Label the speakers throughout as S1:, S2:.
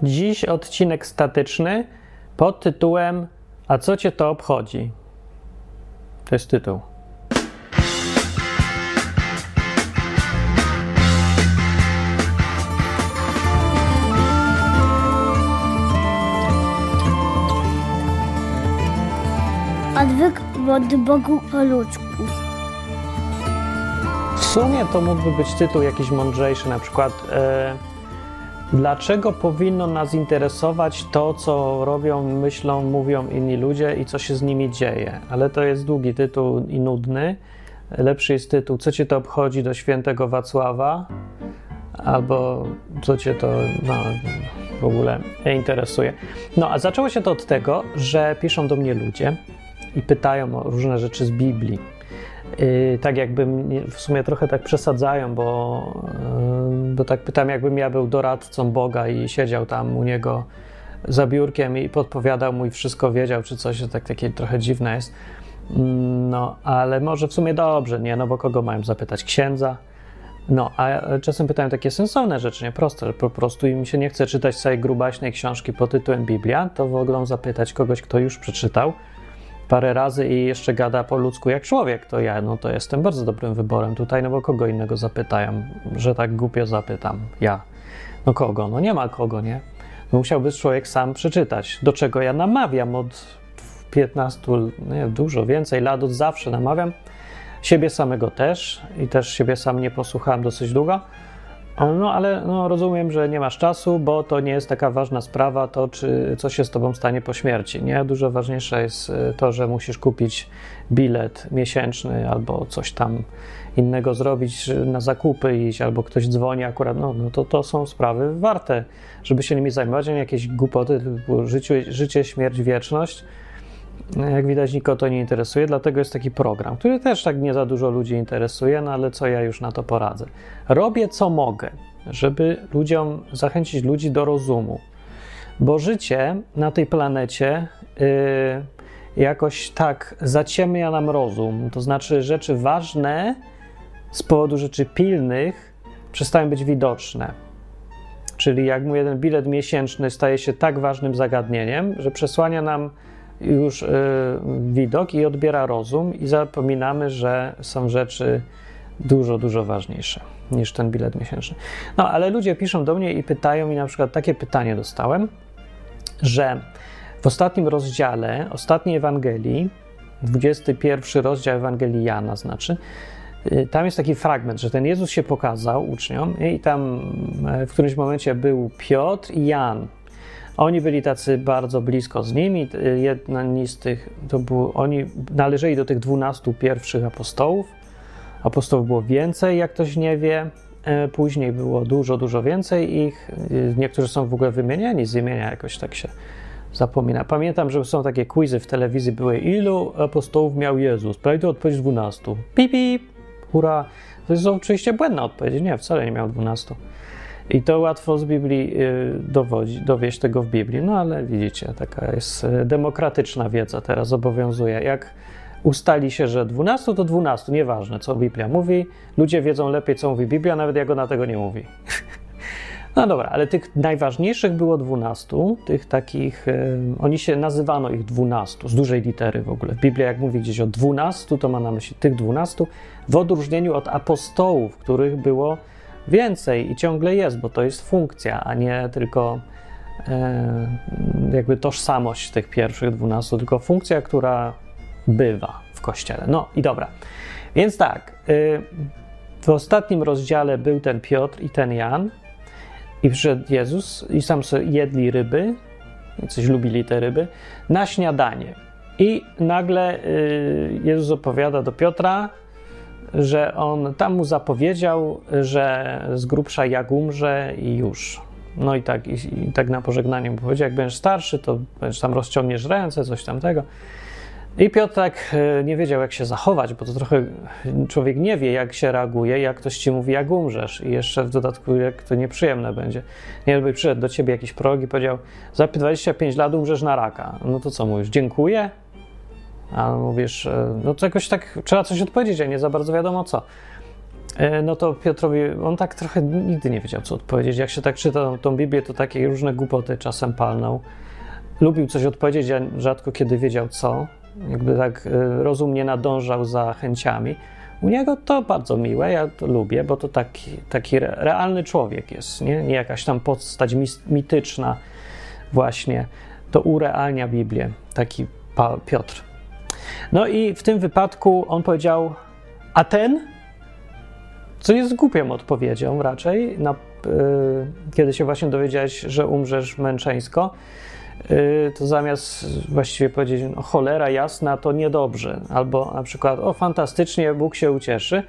S1: Dziś odcinek statyczny pod tytułem A co cię to obchodzi? To jest tytuł.
S2: Odwyk od Bogu po ludzku.
S1: W sumie to mógłby być tytuł jakiś mądrzejszy, na przykład dlaczego powinno nas interesować to, co robią, myślą, mówią inni ludzie i co się z nimi dzieje. Ale to jest długi tytuł i nudny. Lepszy jest tytuł Co cię to obchodzi do świętego Wacława? Albo co cię to w ogóle interesuje. No, a zaczęło się to od tego, że piszą do mnie ludzie i pytają o różne rzeczy z Biblii. Tak jakby w sumie trochę tak przesadzają, bo tak pytam, jakbym ja był doradcą Boga i siedział tam u niego za biurkiem i podpowiadał mu i wszystko wiedział, czy coś, to takie trochę dziwne jest. No, ale może w sumie dobrze, nie? No bo kogo mają zapytać? Księdza? No, a czasem pytają takie sensowne rzeczy, nie proste, że po prostu im się nie chce czytać całej grubaśnej książki pod tytułem Biblia, to mogą zapytać kogoś, kto już przeczytał parę razy i jeszcze gada po ludzku jak człowiek, to ja, no to jestem bardzo dobrym wyborem tutaj, no bo kogo innego zapytają, że tak głupio zapytam, ja. No kogo? No nie ma kogo, nie? No musiałby człowiek sam przeczytać, do czego ja namawiam od 15, nie, dużo więcej lat, od zawsze namawiam, siebie samego też i też siebie sam nie posłuchałem dosyć długo, no ale rozumiem, że nie masz czasu, bo to nie jest taka ważna sprawa, to co się z tobą stanie po śmierci, nie? Dużo ważniejsze jest to, że musisz kupić bilet miesięczny albo coś tam innego zrobić, na zakupy iść, albo ktoś dzwoni akurat, to są sprawy warte, żeby się nimi zajmować, a nie jakieś głupoty typu życie, śmierć, wieczność. Jak widać, nikogo to nie interesuje, dlatego jest taki program, który też tak nie za dużo ludzi interesuje, no ale co ja już na to poradzę. Robię co mogę, żeby zachęcić ludzi do rozumu, bo życie na tej planecie jakoś tak zaciemnia nam rozum, to znaczy rzeczy ważne z powodu rzeczy pilnych przestają być widoczne. Czyli jak mu jeden bilet miesięczny staje się tak ważnym zagadnieniem, że przesłania nam już widok i odbiera rozum i zapominamy, że są rzeczy dużo, dużo ważniejsze niż ten bilet miesięczny. No, ale ludzie piszą do mnie i pytają, i na przykład takie pytanie dostałem, że w ostatnim rozdziale, ostatniej Ewangelii, 21 rozdział Ewangelii Jana znaczy, tam jest taki fragment, że ten Jezus się pokazał uczniom i tam w którymś momencie był Piotr i Jan. Oni byli tacy bardzo blisko z nimi, jedni z tych, oni należeli do tych 12 pierwszych apostołów. Apostołów było więcej, jak ktoś nie wie, później było dużo, dużo więcej ich, niektórzy są w ogóle wymieniani z imienia, jakoś tak się zapomina. Pamiętam, że są takie quizy w telewizji, były ilu apostołów miał Jezus? Prawidłowa odpowiedź 12. Pip, pip, hurra. To jest oczywiście błędna odpowiedź, nie, wcale nie miał 12. I to łatwo z Biblii dowieść tego w Biblii, no ale widzicie, taka jest demokratyczna wiedza teraz obowiązuje. Jak ustali się, że 12, to 12, nieważne co Biblia mówi, ludzie wiedzą lepiej co mówi Biblia, nawet jak ona tego nie mówi. No dobra, ale tych najważniejszych było 12, tych takich, nazywano ich 12, z dużej litery w ogóle. Biblia jak mówi gdzieś o 12, to ma na myśli tych 12, w odróżnieniu od apostołów, których było więcej i ciągle jest, bo to jest funkcja, a nie tylko jakby tożsamość tych pierwszych 12, tylko funkcja, która bywa w Kościele. No i dobra. Więc tak, w ostatnim rozdziale był ten Piotr i ten Jan i przyszedł Jezus i sam sobie jedli ryby, coś lubili te ryby, na śniadanie. I nagle Jezus opowiada do Piotra, że on tam mu zapowiedział, że z grubsza jak umrze i już. No i tak na pożegnanie mu powiedział, jak będziesz starszy, to będziesz tam rozciągniesz ręce, coś tamtego. I Piotr tak nie wiedział, jak się zachować, bo to trochę człowiek nie wie, jak się reaguje, jak ktoś ci mówi, jak umrzesz i jeszcze w dodatku, jak to nieprzyjemne będzie. Nie, jakby przyszedł do ciebie jakiś prorok i powiedział, za 25 lat umrzesz na raka. No to co mówisz, dziękuję? A mówisz, no to jakoś tak trzeba coś odpowiedzieć, a nie za bardzo wiadomo co. No to Piotrowi, on tak trochę nigdy nie wiedział, co odpowiedzieć. Jak się tak czyta tą Biblię, to takie różne głupoty czasem palną. Lubił coś odpowiedzieć, a rzadko kiedy wiedział co. Jakby tak rozum nie nadążał za chęciami. U niego to bardzo miłe, ja to lubię, bo to taki realny człowiek jest, nie jakaś tam postać mityczna właśnie. To urealnia Biblię, taki Piotr. No i w tym wypadku on powiedział, a ten? Co jest głupią odpowiedzią raczej, kiedy się właśnie dowiedziałeś, że umrzesz męczeńsko, to zamiast właściwie powiedzieć, no cholera jasna, to niedobrze, albo na przykład, o fantastycznie, Bóg się ucieszy,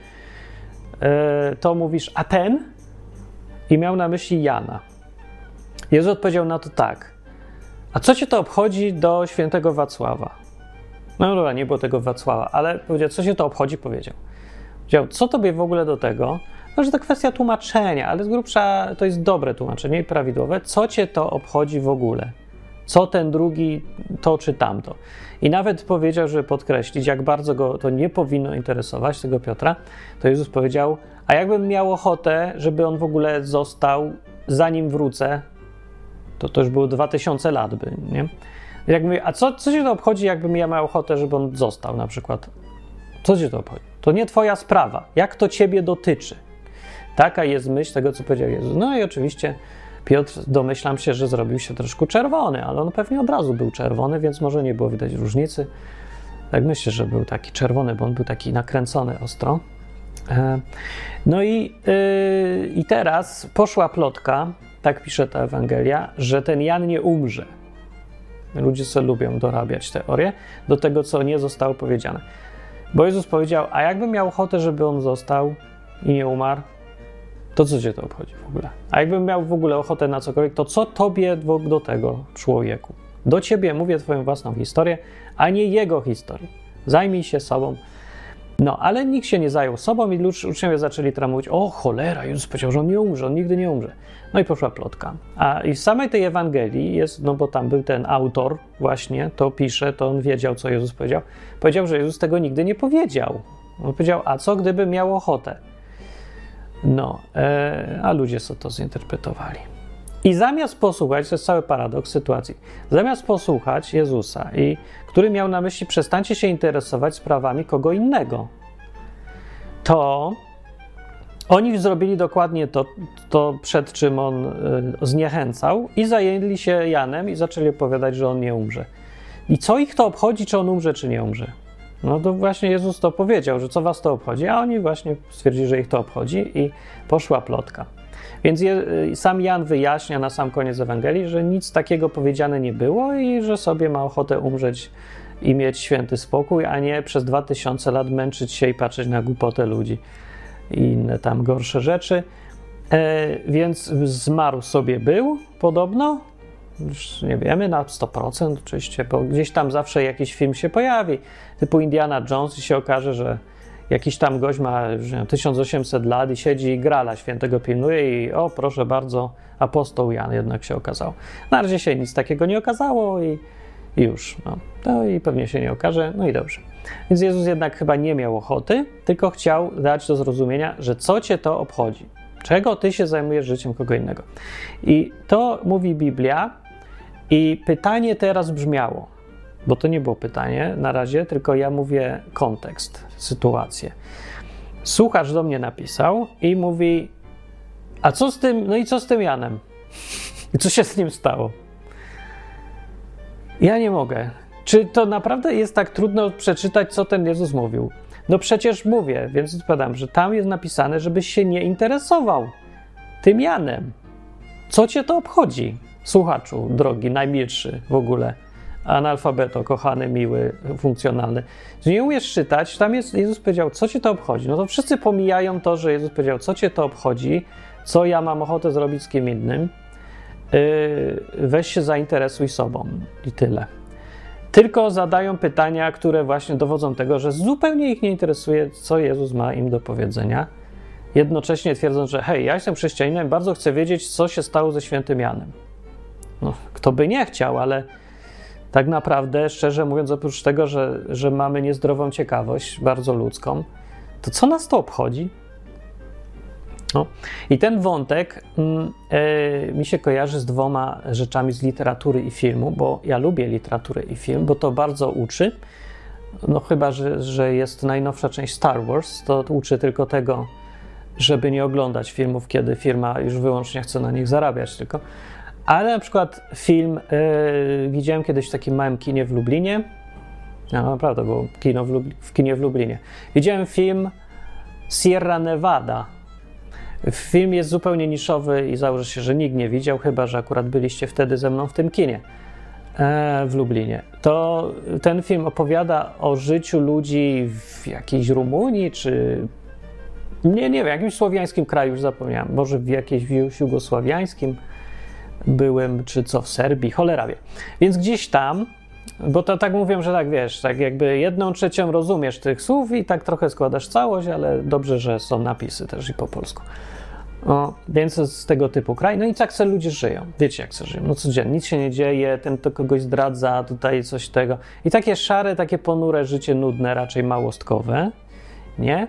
S1: to mówisz, a ten? I miał na myśli Jana. Jezus odpowiedział na to tak, a co cię to obchodzi do świętego Wacława? No dobra, nie było tego Wacława, ale powiedział, co cię to obchodzi, powiedział. Powiedział, co tobie w ogóle do tego? No, że to kwestia tłumaczenia, ale z grubsza to jest dobre tłumaczenie i prawidłowe. Co cię to obchodzi w ogóle? Co ten drugi, to czy tamto? I nawet powiedział, żeby podkreślić, jak bardzo go to nie powinno interesować, tego Piotra, to Jezus powiedział, a jakbym miał ochotę, żeby on w ogóle został, zanim wrócę, to już było 2000 lat by, nie? Jak mówię, a co cię to obchodzi, jakbym ja miał ochotę, żeby on został na przykład? Co cię to obchodzi? To nie twoja sprawa. Jak to ciebie dotyczy? Taka jest myśl tego, co powiedział Jezus. No i oczywiście Piotr, domyślam się, że zrobił się troszkę czerwony, ale on pewnie od razu był czerwony, więc może nie było widać różnicy. Tak myślę, że był taki czerwony, bo on był taki nakręcony ostro. No i teraz poszła plotka, tak pisze ta Ewangelia, że ten Jan nie umrze. Ludzie sobie lubią dorabiać teorię do tego, co nie zostało powiedziane. Bo Jezus powiedział, a jakbym miał ochotę, żeby on został i nie umarł, to co cię to obchodzi w ogóle? A jakbym miał w ogóle ochotę na cokolwiek, to co tobie do tego, człowieku? Do ciebie mówię twoją własną historię, a nie jego historię. Zajmij się sobą. No, ale nikt się nie zajął sobą i uczniowie zaczęli teraz mówić, o cholera, Jezus powiedział, że on nie umrze, on nigdy nie umrze. No i poszła plotka. I w samej tej Ewangelii jest, no bo tam był ten autor właśnie, to pisze, to on wiedział, co Jezus powiedział. Powiedział, że Jezus tego nigdy nie powiedział. On powiedział, a co gdyby miał ochotę? No, a ludzie sobie to zinterpretowali. I zamiast posłuchać, to jest cały paradoks sytuacji, zamiast posłuchać Jezusa, który miał na myśli, przestańcie się interesować sprawami kogo innego, to oni zrobili dokładnie to przed czym on zniechęcał i zajęli się Janem i zaczęli opowiadać, że on nie umrze. I co ich to obchodzi, czy on umrze, czy nie umrze? No to właśnie Jezus to powiedział, że co was to obchodzi, a oni właśnie stwierdzili, że ich to obchodzi i poszła plotka. Więc sam Jan wyjaśnia na sam koniec Ewangelii, że nic takiego powiedziane nie było i że sobie ma ochotę umrzeć i mieć święty spokój, a nie przez 2000 lat męczyć się i patrzeć na głupotę ludzi i inne tam gorsze rzeczy. Więc zmarł sobie był podobno, już nie wiemy na 100% oczywiście, bo gdzieś tam zawsze jakiś film się pojawi, typu Indiana Jones i się okaże, że jakiś tam gość ma 1800 lat i siedzi i Grala świętego pilnuje i o proszę bardzo, apostoł Jan jednak się okazał. Na razie się nic takiego nie okazało i już. No i pewnie się nie okaże, no i dobrze. Więc Jezus jednak chyba nie miał ochoty, tylko chciał dać do zrozumienia, że co cię to obchodzi? Czego ty się zajmujesz życiem kogo innego? I to mówi Biblia i pytanie teraz brzmiało, bo to nie było pytanie na razie, tylko ja mówię kontekst, sytuację. Słuchacz do mnie napisał i mówi, a co z tym, no i co z tym Janem? I co się z nim stało? Ja nie mogę. Czy to naprawdę jest tak trudno przeczytać, co ten Jezus mówił? No przecież mówię, więc odpowiadam, że tam jest napisane, żebyś się nie interesował tym Janem. Co cię to obchodzi? Słuchaczu, drogi, najmilszy w ogóle, analfabeto, kochany, miły, funkcjonalny. Że nie umiesz czytać, tam jest, Jezus powiedział, co cię to obchodzi? No to wszyscy pomijają to, że Jezus powiedział, co cię to obchodzi, co ja mam ochotę zrobić z kim innym. Weź się zainteresuj sobą i tyle. Tylko zadają pytania, które właśnie dowodzą tego, że zupełnie ich nie interesuje, co Jezus ma im do powiedzenia. Jednocześnie twierdząc, że hej, ja jestem chrześcijaninem, bardzo chcę wiedzieć, co się stało ze świętym Janem. No, kto by nie chciał, ale tak naprawdę, szczerze mówiąc, oprócz tego, że mamy niezdrową ciekawość, bardzo ludzką, to co nas to obchodzi? No. I ten wątek mi się kojarzy z dwoma rzeczami z literatury i filmu, bo ja lubię literaturę i film, bo to bardzo uczy. No chyba, że jest najnowsza część Star Wars, to uczy tylko tego, żeby nie oglądać filmów, kiedy firma już wyłącznie chce na nich zarabiać tylko. Ale na przykład film widziałem kiedyś w takim małym kinie w Lublinie. No naprawdę, było kino w kinie w Lublinie. Widziałem film Sierra Nevada. Film jest zupełnie niszowy i założę się, że nikt nie widział, chyba że akurat byliście wtedy ze mną w tym kinie w Lublinie. To ten film opowiada o życiu ludzi w jakiejś Rumunii, czy nie wiem, jakimś słowiańskim kraju, już zapomniałem, może w jakimś jugosławiańskim byłem, czy co w Serbii, cholera wie. Więc gdzieś tam, bo to tak mówią, że tak wiesz, tak jakby 1/3 rozumiesz tych słów i tak trochę składasz całość, ale dobrze, że są napisy też i po polsku. No, więc z tego typu kraj. No i tak se ludzie żyją. Wiecie, jak se żyją. No codziennie, nic się nie dzieje, ten to kogoś zdradza, tutaj coś tego. I takie szare, takie ponure życie, nudne, raczej małostkowe, nie?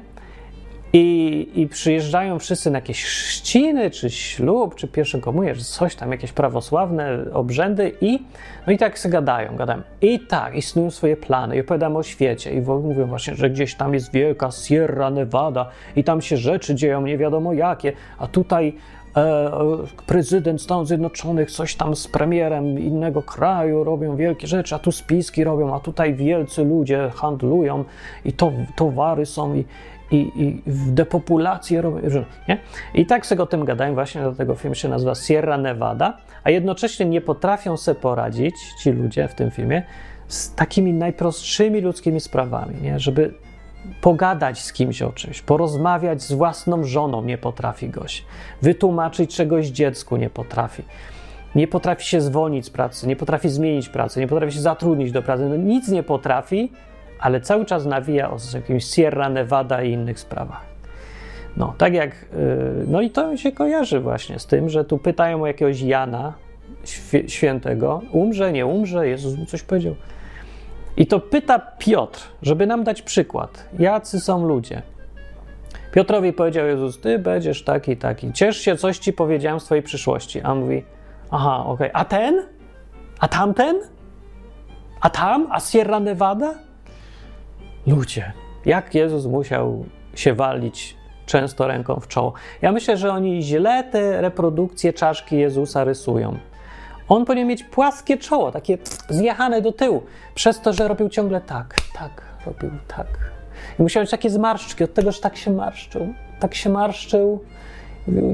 S1: I przyjeżdżają wszyscy na jakieś chrzciny, czy ślub, czy pierwszą komunię, czy coś tam, jakieś prawosławne obrzędy no i tak sobie gadają. I tak, i snują swoje plany, i opowiadamy o świecie, i mówią właśnie, że gdzieś tam jest wielka Sierra Nevada i tam się rzeczy dzieją nie wiadomo jakie, a tutaj prezydent Stanów Zjednoczonych coś tam z premierem innego kraju robią wielkie rzeczy, a tu spiski robią, a tutaj wielcy ludzie handlują i to towary są i depopulację robią, nie? I tak sobie o tym gadają, właśnie dlatego film się nazywa Sierra Nevada, a jednocześnie nie potrafią sobie poradzić ci ludzie w tym filmie z takimi najprostszymi ludzkimi sprawami, nie? Żeby pogadać z kimś o czymś, porozmawiać z własną żoną nie potrafi gość, wytłumaczyć czegoś dziecku nie potrafi się zwolnić z pracy, nie potrafi zmienić pracy, nie potrafi się zatrudnić do pracy, no nic nie potrafi, ale cały czas nawija o jakimś Sierra Nevada i innych sprawach. No, tak jak, no i to się kojarzy właśnie z tym, że tu pytają o jakiegoś Jana świętego, umrze, nie umrze, Jezus mu coś powiedział. I to pyta Piotr, żeby nam dać przykład, jacy są ludzie. Piotrowi powiedział Jezus, ty będziesz taki, ciesz się, coś ci powiedziałem z twojej przyszłości. A on mówi, aha, okej, a ten? A tamten? A tam? A Sierra Nevada? Ludzie, jak Jezus musiał się walić często ręką w czoło. Ja myślę, że oni źle te reprodukcje czaszki Jezusa rysują. On powinien mieć płaskie czoło, takie zjechane do tyłu, przez to, że robił ciągle tak, robił tak. I musiał mieć takie zmarszczki, od tego, że tak się marszczył. Mówił,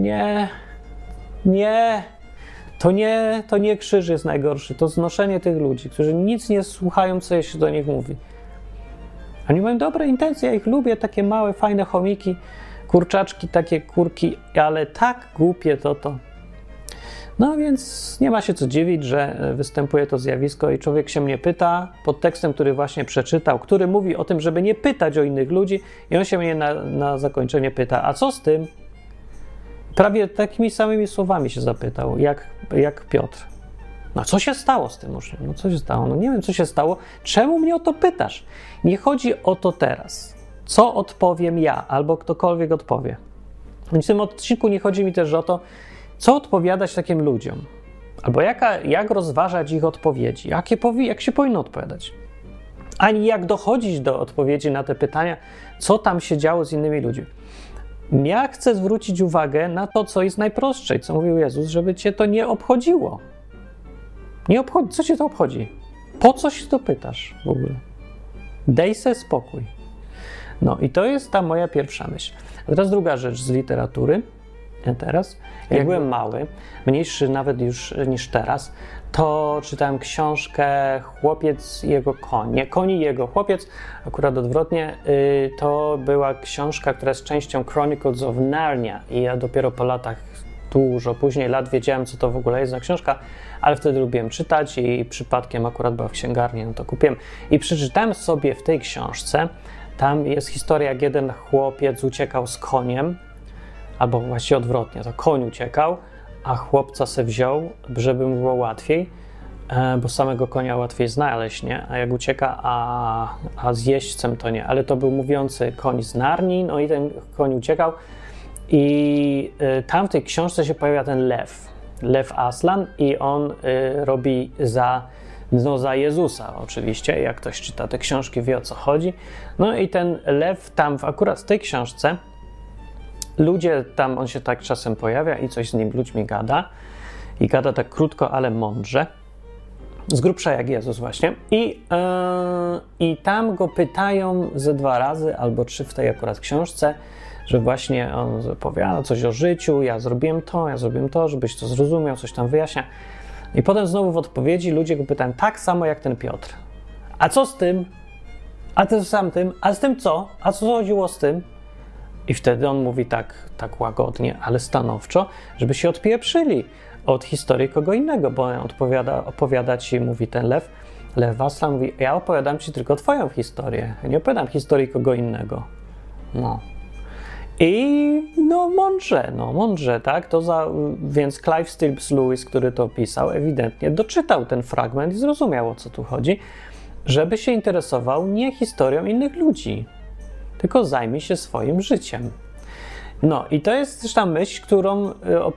S1: to nie krzyż jest najgorszy, to znoszenie tych ludzi, którzy nic nie słuchają, co się do nich mówi. Oni mają dobre intencje, ja ich lubię, takie małe, fajne chomiki, kurczaczki, takie kurki, ale tak głupie to. No więc nie ma się co dziwić, że występuje to zjawisko i człowiek się mnie pyta pod tekstem, który właśnie przeczytał, który mówi o tym, żeby nie pytać o innych ludzi i on się mnie na zakończenie pyta, a co z tym? Prawie takimi samymi słowami się zapytał, jak Piotr. No co się stało z tym uczniem? No co się stało? No nie wiem, co się stało. Czemu mnie o to pytasz? Nie chodzi o to teraz. Co odpowiem ja, albo ktokolwiek odpowie. W tym odcinku nie chodzi mi też o to, co odpowiadać takim ludziom. Albo jak rozważać ich odpowiedzi. Jak się powinno odpowiadać. Ani jak dochodzić do odpowiedzi na te pytania, co tam się działo z innymi ludźmi. Ja chcę zwrócić uwagę na to, co jest najprostsze, co mówił Jezus, żeby cię to nie obchodziło. Nie obchodzi. Co cię to obchodzi? Po co się to pytasz w ogóle? Daj se spokój. No i to jest ta moja pierwsza myśl. A teraz druga rzecz z literatury. Jak byłem mały, mniejszy nawet już niż teraz, to czytałem książkę Chłopiec i jego koń. Nie, Koń i jego chłopiec, akurat odwrotnie. To była książka, która jest częścią Chronicles of Narnia i ja dopiero po latach, dużo później lat wiedziałem, co to w ogóle jest za książka, ale wtedy lubiłem czytać i przypadkiem akurat była w księgarni, no to kupiłem. I przeczytałem sobie w tej książce, tam jest historia, jak jeden chłopiec uciekał z koniem, albo właściwie odwrotnie, to koń uciekał, a chłopca se wziął, żeby mu było łatwiej, bo samego konia łatwiej znaleźć, nie? A jak ucieka, a z jeźdźcem to nie. Ale to był mówiący koń z Narni, no i ten koń uciekał I tam w tej książce się pojawia ten Lew Aslan i on robi za Jezusa oczywiście, jak ktoś czyta te książki, wie o co chodzi. No i ten lew tam akurat w tej książce, ludzie tam, on się tak czasem pojawia i coś z nim ludźmi gada i gada tak krótko, ale mądrze, z grubsza jak Jezus właśnie i tam go pytają ze 2 razy albo 3 w tej akurat książce, że właśnie on opowiada coś o życiu, ja zrobiłem to, żebyś to zrozumiał, coś tam wyjaśnia. I potem znowu w odpowiedzi ludzie go pytają tak samo jak ten Piotr. A co z tym? A ty z tamtym? A z tym co? A co chodziło z tym? I wtedy on mówi tak łagodnie, ale stanowczo, żeby się odpieprzyli od historii kogo innego, bo on opowiada ci, mówi ten Lew Aslan mówi, ja opowiadam ci tylko twoją historię, nie opowiadam historii kogo innego. No. I mądrze, tak? Więc Clive Staples Lewis, który to pisał, ewidentnie doczytał ten fragment i zrozumiał, o co tu chodzi, żeby się interesował nie historią innych ludzi, tylko zajmie się swoim życiem. No i to jest też ta myśl, którą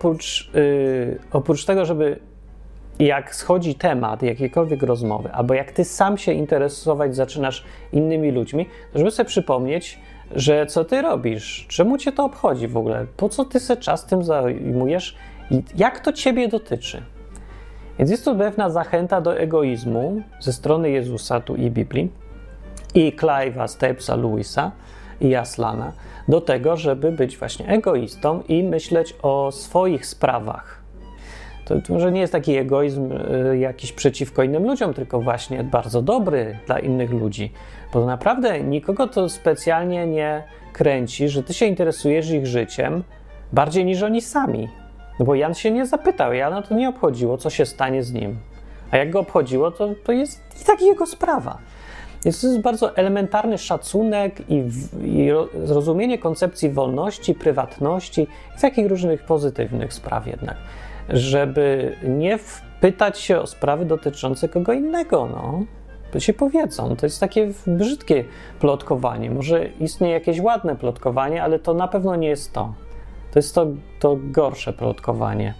S1: oprócz tego, żeby jak schodzi temat jakiejkolwiek rozmowy, albo jak ty sam się interesować zaczynasz innymi ludźmi, to żeby sobie przypomnieć, że co ty robisz, czemu cię to obchodzi w ogóle, po co ty se czas tym zajmujesz i jak to ciebie dotyczy. Więc jest to pewna zachęta do egoizmu ze strony Jezusa tu i Biblii i Clive'a Staplesa Lewisa i Aslana do tego, żeby być właśnie egoistą i myśleć o swoich sprawach. To może nie jest taki egoizm jakiś przeciwko innym ludziom, tylko właśnie bardzo dobry dla innych ludzi. Bo naprawdę nikogo to specjalnie nie kręci, że ty się interesujesz ich życiem bardziej niż oni sami. No bo Jan się nie zapytał, Jana to nie obchodziło, co się stanie z nim. A jak go obchodziło, to jest i tak jego sprawa. Więc to jest bardzo elementarny szacunek i zrozumienie koncepcji wolności, prywatności i takich różnych pozytywnych spraw jednak. Żeby nie wpytać się o sprawy dotyczące kogo innego, to się powiedzą. To jest takie brzydkie plotkowanie. Może istnieje jakieś ładne plotkowanie, ale to na pewno nie jest to. To jest to gorsze plotkowanie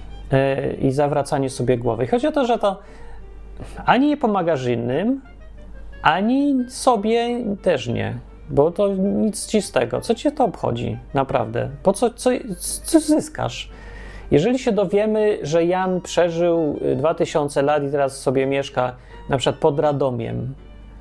S1: i zawracanie sobie głowy. Chodzi o to, że to ani nie pomagasz innym, ani sobie też nie, bo to nic ci z tego. Co cię to obchodzi? Naprawdę. Po co zyskasz? Jeżeli się dowiemy, że Jan przeżył 2000 lat i teraz sobie mieszka na przykład pod Radomiem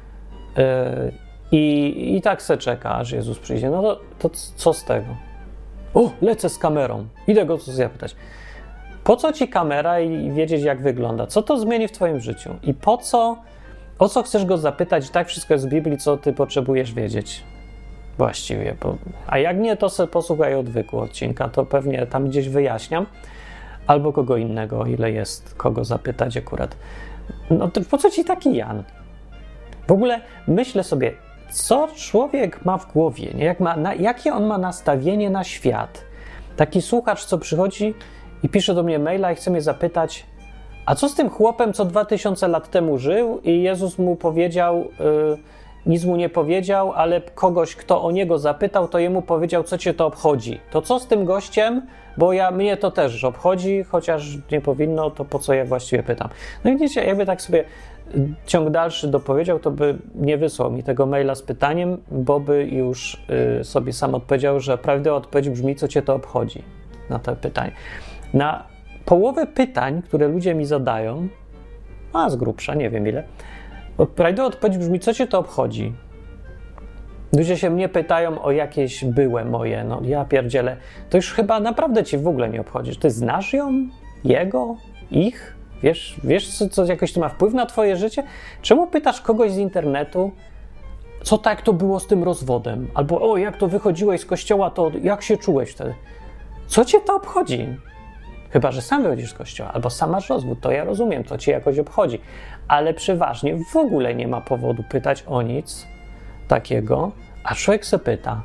S1: i tak se czeka, aż Jezus przyjdzie, no to co z tego? O, lecę z kamerą. Idę go coś zapytać. Po co ci kamera i wiedzieć, jak wygląda? Co to zmieni w twoim życiu? I o co chcesz go zapytać? Tak wszystko jest w Biblii, co ty potrzebujesz wiedzieć. Właściwie. A jak nie, to sobie posłuchaj odwyku odcinka, to pewnie tam gdzieś wyjaśniam. Albo kogo innego, o ile jest kogo zapytać akurat. No to po co ci taki Jan? W ogóle myślę sobie, co człowiek ma w głowie, nie? Jakie on ma nastawienie na świat. Taki słuchacz, co przychodzi i pisze do mnie maila i chce mnie zapytać, a co z tym chłopem, co 2000 lat temu żył i Jezus mu powiedział, nic mu nie powiedział, ale kogoś, kto o niego zapytał, to jemu powiedział, co cię to obchodzi. To co z tym gościem? Bo mnie to też obchodzi, chociaż nie powinno, to po co ja właściwie pytam. No i widzicie, jakby tak sobie ciąg dalszy dopowiedział, to by nie wysłał mi tego maila z pytaniem, bo by już sobie sam odpowiedział, że prawidłowa odpowiedź brzmi, co cię to obchodzi na to pytanie. Na połowę pytań, które ludzie mi zadają, z grubsza, nie wiem ile, prawidłowa odpowiedź brzmi, co cię to obchodzi? Ludzie się mnie pytają o jakieś byłe moje, ja pierdzielę, to już chyba naprawdę cię w ogóle nie obchodzi. Ty znasz ją? Jego? Ich? Wiesz co jakoś to ma wpływ na twoje życie? Czemu pytasz kogoś z internetu, co tak to było z tym rozwodem? Albo jak to wychodziłeś z kościoła, to jak się czułeś wtedy? Co cię to obchodzi? Chyba że sam wychodzisz z kościoła, albo sam masz rozwód, to ja rozumiem, to cię jakoś obchodzi. Ale przeważnie w ogóle nie ma powodu pytać o nic takiego, a człowiek se pyta.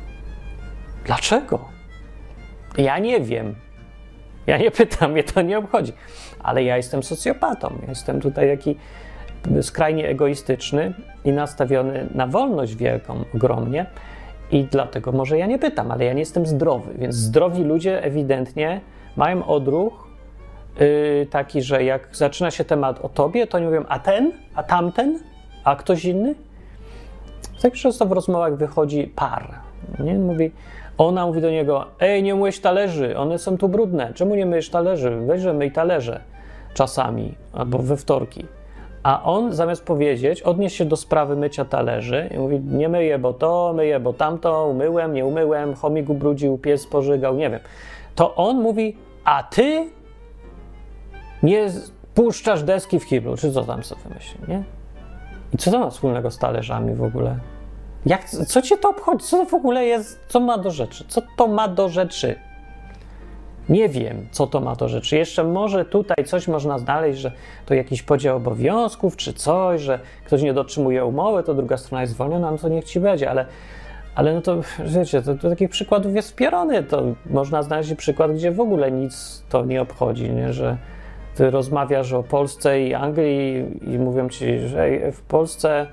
S1: Dlaczego? Ja nie wiem. Ja nie pytam, mnie to nie obchodzi. Ale ja jestem socjopatą. Ja jestem tutaj taki skrajnie egoistyczny i nastawiony na wolność wielką, ogromnie. I dlatego może ja nie pytam, ale ja nie jestem zdrowy, więc zdrowi ludzie ewidentnie mają odruch taki, że jak zaczyna się temat o tobie, to oni mówią, a ten, a tamten, a ktoś inny? Tak często w rozmowach wychodzi par. Nie? Ona mówi do niego, ej, nie myłeś talerzy, one są tu brudne, czemu nie myjesz talerzy? Weź, że myj talerze czasami, albo we wtorki. A on zamiast powiedzieć, odnieść się do sprawy mycia talerzy i mówi, nie myję, bo to, myję, bo tamto, umyłem, nie umyłem, chomik ubrudził, pies pożygał, nie wiem. To on mówi, a ty nie puszczasz deski w kiblu, czy co tam sobie myśli, nie? I co to ma wspólnego z talerzami w ogóle? Co cię to obchodzi? Co to w ogóle jest? Co ma do rzeczy? Co to ma do rzeczy? Nie wiem, co to ma do rzeczy. Jeszcze może tutaj coś można znaleźć, że to jakiś podział obowiązków, czy coś, że ktoś nie dotrzymuje umowy, to druga strona jest zwolniona, no to niech ci będzie, ale no to, wiecie, to takich przykładów jest pierony. To można znaleźć przykład, gdzie w ogóle nic to nie obchodzi, nie? Że ty rozmawiasz o Polsce i Anglii i mówią ci, że w Polsce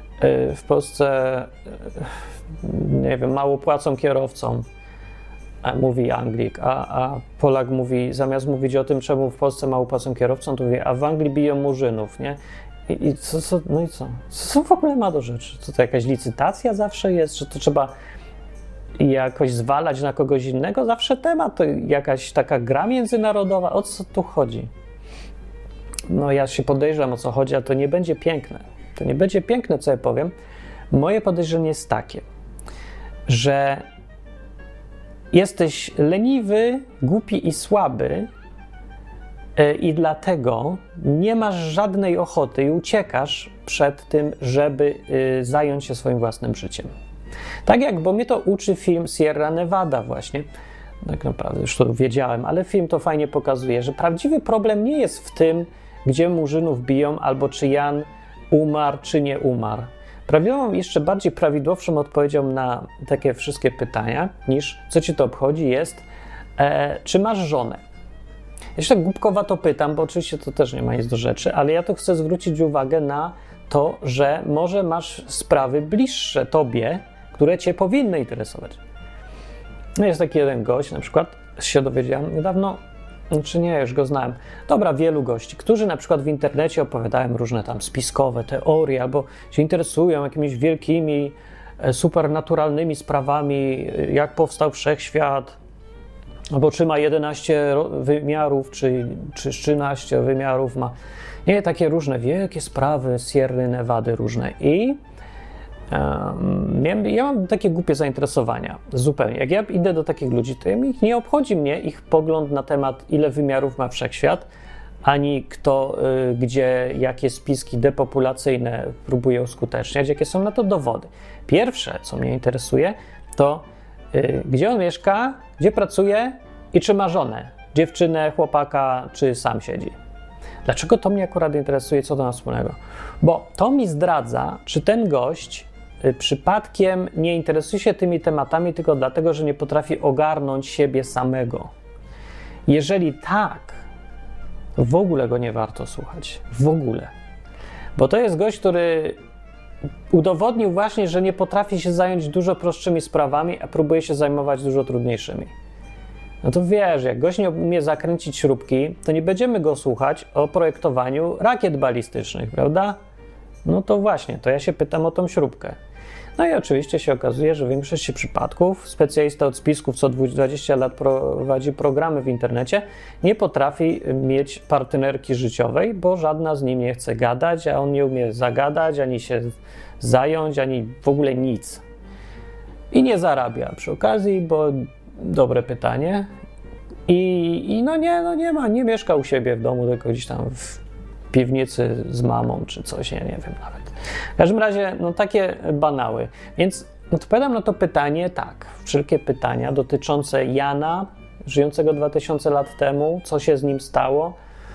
S1: nie wiem, mało płacą kierowcom, mówi Anglik, a Polak mówi, zamiast mówić o tym, czemu w Polsce mało płacą kierowcom, to mówi, a w Anglii biją murzynów, nie? I co? No i co? Co w ogóle ma do rzeczy? Co to jakaś licytacja zawsze jest? Że to trzeba jakoś zwalać na kogoś innego? Zawsze temat to jakaś taka gra międzynarodowa? O co tu chodzi? No ja się podejrzewam, o co chodzi, a to nie będzie piękne. To nie będzie piękne, co ja powiem. Moje podejrzenie jest takie, że jesteś leniwy, głupi i słaby i dlatego nie masz żadnej ochoty i uciekasz przed tym, żeby zająć się swoim własnym życiem. Tak jak, bo mnie to uczy film Sierra Nevada właśnie, tak naprawdę już to wiedziałem, ale film to fajnie pokazuje, że prawdziwy problem nie jest w tym, gdzie murzynów biją, albo czy Jan umarł, czy nie umarł. Prawidłową, jeszcze bardziej prawidłowszą odpowiedzią na takie wszystkie pytania, niż co ci to obchodzi, jest czy masz żonę? Ja się tak głupkowato pytam, bo oczywiście to też nie ma nic do rzeczy, ale ja tu chcę zwrócić uwagę na to, że może masz sprawy bliższe tobie, które cię powinny interesować. No jest taki jeden gość, na przykład się dowiedziałem niedawno, czy nie, już go znałem. Dobra, wielu gości, którzy na przykład w internecie opowiadają różne tam spiskowe teorie, albo się interesują jakimiś wielkimi, supernaturalnymi sprawami, jak powstał wszechświat, albo czy ma 11 wymiarów, czy 13 wymiarów ma. Nie, takie różne wielkie sprawy, Sierry Nevady różne. I ja mam takie głupie zainteresowania, zupełnie. Jak ja idę do takich ludzi, to nie obchodzi mnie ich pogląd na temat, ile wymiarów ma wszechświat, ani kto, jakie spiski depopulacyjne próbuje uskuteczniać, jakie są na to dowody. Pierwsze, co mnie interesuje, to gdzie on mieszka, gdzie pracuje i czy ma żonę, dziewczynę, chłopaka, czy sam siedzi. Dlaczego to mnie akurat interesuje, co to ma wspólnego? Bo to mi zdradza, czy ten gość przypadkiem nie interesuje się tymi tematami tylko dlatego, że nie potrafi ogarnąć siebie samego. Jeżeli tak, w ogóle go nie warto słuchać. W ogóle. Bo to jest gość, który udowodnił właśnie, że nie potrafi się zająć dużo prostszymi sprawami, a próbuje się zajmować dużo trudniejszymi. No to wiesz, jak gość nie umie zakręcić śrubki, to nie będziemy go słuchać o projektowaniu rakiet balistycznych, prawda? No to właśnie, to ja się pytam o tą śrubkę. No i oczywiście się okazuje, że w większości przypadków specjalista od spisków co 20 lat prowadzi programy w internecie, nie potrafi mieć partnerki życiowej, bo żadna z nim nie chce gadać, a on nie umie zagadać, ani się zająć, ani w ogóle nic. I nie zarabia przy okazji, bo dobre pytanie. I nie mieszka u siebie w domu, tylko gdzieś tam w piwnicy z mamą, czy coś, ja nie wiem nawet. W każdym razie, no takie banały. Więc odpowiadam na to pytanie tak, wszelkie pytania dotyczące Jana, żyjącego 2000 lat temu, co się z nim stało,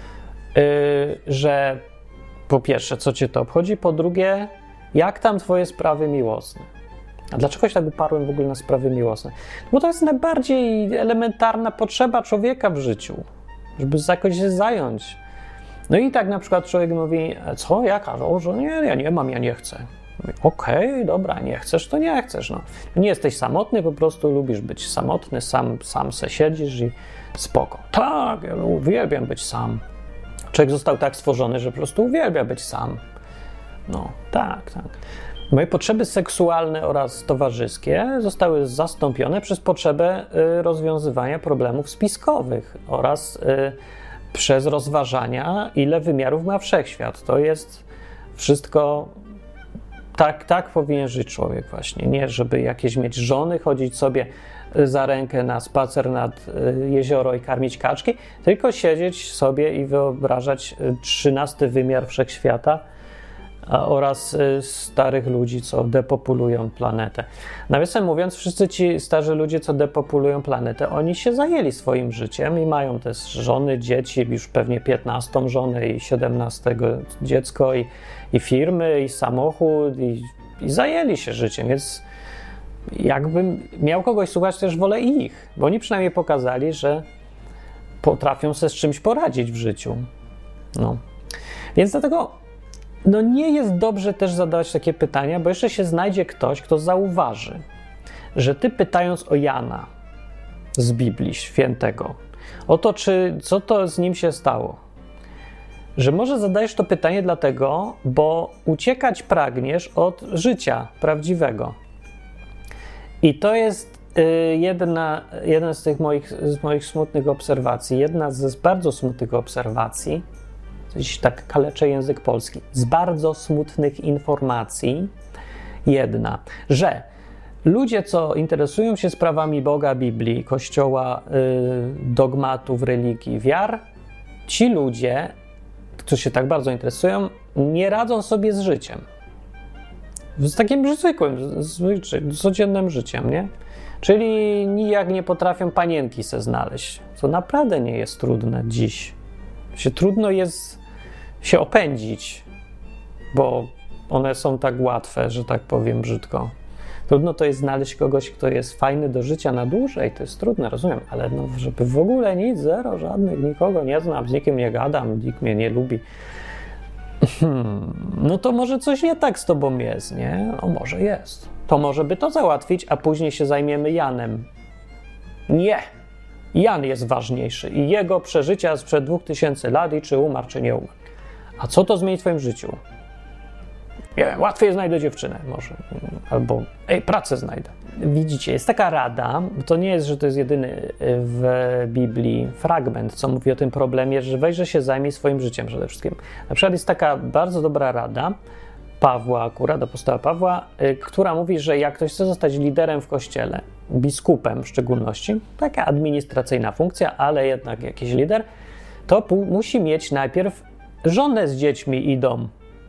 S1: że po pierwsze, co cię to obchodzi, po drugie, jak tam twoje sprawy miłosne. A dlaczego się tak uparłem w ogóle na sprawy miłosne? Bo to jest najbardziej elementarna potrzeba człowieka w życiu, żeby jakoś się zająć. No i tak na przykład człowiek mówi, co, jaka, że nie, ja nie mam, ja nie chcę. Okej, dobra, nie chcesz, to nie chcesz. No. Nie jesteś samotny, po prostu lubisz być samotny, sam se siedzisz i spoko. Tak, ja uwielbiam być sam. Człowiek został tak stworzony, że po prostu uwielbia być sam. No, tak. Moje potrzeby seksualne oraz towarzyskie zostały zastąpione przez potrzebę rozwiązywania problemów spiskowych oraz przez rozważania, ile wymiarów ma wszechświat. To jest wszystko... Tak powinien żyć człowiek właśnie. Nie, żeby jakieś mieć żony, chodzić sobie za rękę na spacer nad jezioro i karmić kaczki, tylko siedzieć sobie i wyobrażać 13 wymiar wszechświata oraz starych ludzi, co depopulują planetę. Nawiasem mówiąc, wszyscy ci starzy ludzie, co depopulują planetę, oni się zajęli swoim życiem i mają też żony, dzieci, już pewnie 15 żonę i 17 dziecko i firmy, i samochód i zajęli się życiem, więc jakbym miał kogoś słuchać, też wolę ich, bo oni przynajmniej pokazali, że potrafią sobie z czymś poradzić w życiu. No. Więc dlatego nie jest dobrze też zadawać takie pytania, bo jeszcze się znajdzie ktoś, kto zauważy, że ty pytając o Jana z Biblii Świętego, o to, co to z nim się stało, że może zadajesz to pytanie dlatego, bo uciekać pragniesz od życia prawdziwego. I to jest jedna z tych moich smutnych obserwacji, jedna z bardzo smutnych obserwacji, coś tak kaleczę język polski, z bardzo smutnych informacji, jedna, że ludzie, co interesują się sprawami Boga, Biblii, Kościoła, dogmatów, religii, wiar, ci ludzie, którzy się tak bardzo interesują, nie radzą sobie z życiem. Z takim zwykłym, codziennym życiem, nie? Czyli nijak nie potrafią panienki se znaleźć, co naprawdę nie jest trudne dziś. Trudno jest się opędzić, bo one są tak łatwe, że tak powiem brzydko. Trudno to jest znaleźć kogoś, kto jest fajny do życia na dłużej, to jest trudne, rozumiem, ale żeby w ogóle nic, zero, żadnych, nikogo nie znam, z nikim nie gadam, nikt mnie nie lubi. No to może coś nie tak z tobą jest, nie? Może jest. To może by to załatwić, a później się zajmiemy Janem. Nie! Jan jest ważniejszy i jego przeżycia sprzed 2000 lat i czy umarł, czy nie umarł. A co to zmieni w twoim życiu? Nie wiem, łatwiej znajdę dziewczynę może. Albo pracę znajdę. Widzicie, jest taka rada, to nie jest, że to jest jedyny w Biblii fragment, co mówi o tym problemie, że weź, że się zajmie swoim życiem przede wszystkim. Na przykład jest taka bardzo dobra rada Pawła, akurat apostoła Pawła, która mówi, że jak ktoś chce zostać liderem w kościele, biskupem w szczególności, taka administracyjna funkcja, ale jednak jakiś lider, to musi mieć najpierw żonę z dziećmi i dom.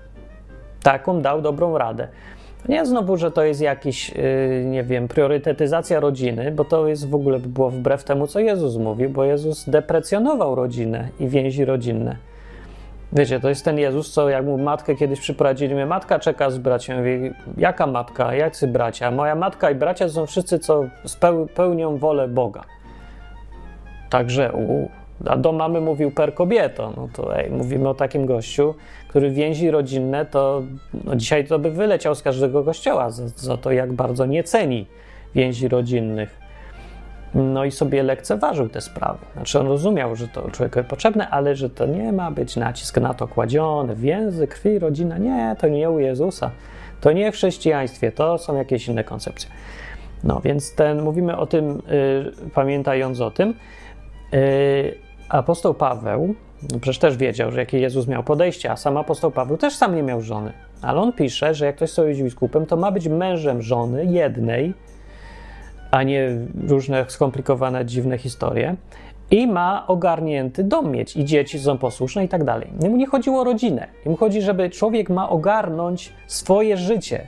S1: Taką dał dobrą radę. Nie znowu, że to jest jakiś, nie wiem, priorytetyzacja rodziny, bo to jest w ogóle by było wbrew temu, co Jezus mówił, bo Jezus deprecjonował rodzinę i więzi rodzinne. Wiecie, to jest ten Jezus, co jak mu matkę kiedyś przyprowadzili, mnie matka czeka z braćmi, mówi, jaka matka, jacy bracia? Moja matka i bracia są wszyscy, co pełnią wolę Boga. Także, a do mamy mówił per kobieto, no to mówimy o takim gościu, który więzi rodzinne, to dzisiaj to by wyleciał z każdego kościoła za to, jak bardzo nie ceni więzi rodzinnych. No i sobie lekceważył te sprawy. Znaczy on rozumiał, że to człowiekowi potrzebne, ale że to nie ma być nacisk na to kładziony, więzy, krwi, rodzina. Nie, to nie u Jezusa. To nie w chrześcijaństwie, to są jakieś inne koncepcje. No więc mówimy o tym, pamiętając o tym, apostoł Paweł, przecież też wiedział, że jakie Jezus miał podejście, a sam apostoł Paweł też sam nie miał żony. Ale on pisze, że jak ktoś chce być biskupem, to ma być mężem żony jednej, a nie różne skomplikowane, dziwne historie i ma ogarnięty dom mieć i dzieci są posłuszne i tak dalej. Mu nie chodziło o rodzinę. Mu chodzi, żeby człowiek ma ogarnąć swoje życie,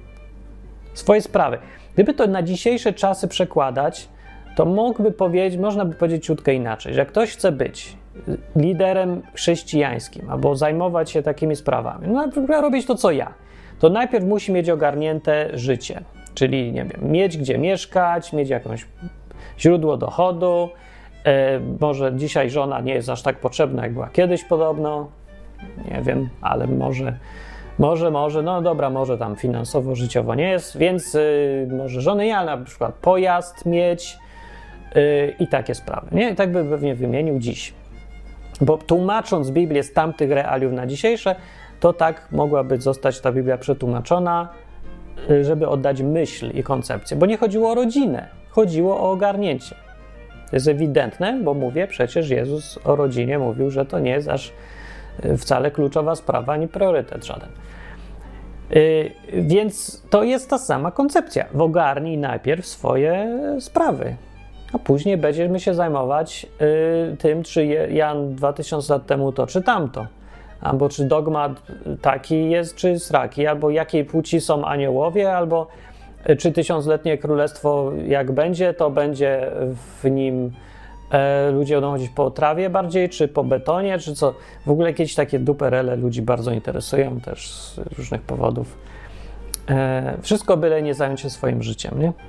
S1: swoje sprawy. Gdyby to na dzisiejsze czasy przekładać, to można by powiedzieć ciutkę inaczej, że jak ktoś chce być liderem chrześcijańskim albo zajmować się takimi sprawami, na przykład robić to, co ja, to najpierw musi mieć ogarnięte życie, czyli, nie wiem, mieć gdzie mieszkać, mieć jakieś źródło dochodu, może dzisiaj żona nie jest aż tak potrzebna, jak była kiedyś podobno, nie wiem, ale może Może, no dobra, może tam finansowo, życiowo nie jest, więc może żony nie, ale na przykład pojazd mieć i takie sprawy, nie? I tak by pewnie wymienił dziś. Bo tłumacząc Biblię z tamtych realiów na dzisiejsze, to tak mogłaby zostać ta Biblia przetłumaczona, żeby oddać myśl i koncepcję. Bo nie chodziło o rodzinę, chodziło o ogarnięcie. To jest ewidentne, bo mówię, przecież Jezus o rodzinie mówił, że to nie jest aż wcale kluczowa sprawa, ani priorytet żaden. Więc to jest ta sama koncepcja. Ogarnij najpierw swoje sprawy, a później będziemy się zajmować tym, czy Jan 2000 lat temu to, czy tamto. Albo czy dogmat taki jest, czy sraki, albo jakiej płci są aniołowie, albo czy tysiącletnie królestwo jak będzie, to będzie w nim ludzie będą chodzić po trawie bardziej, czy po betonie, czy co. W ogóle jakieś takie duperele ludzi bardzo interesują też z różnych powodów. Wszystko byle nie zająć się swoim życiem, nie?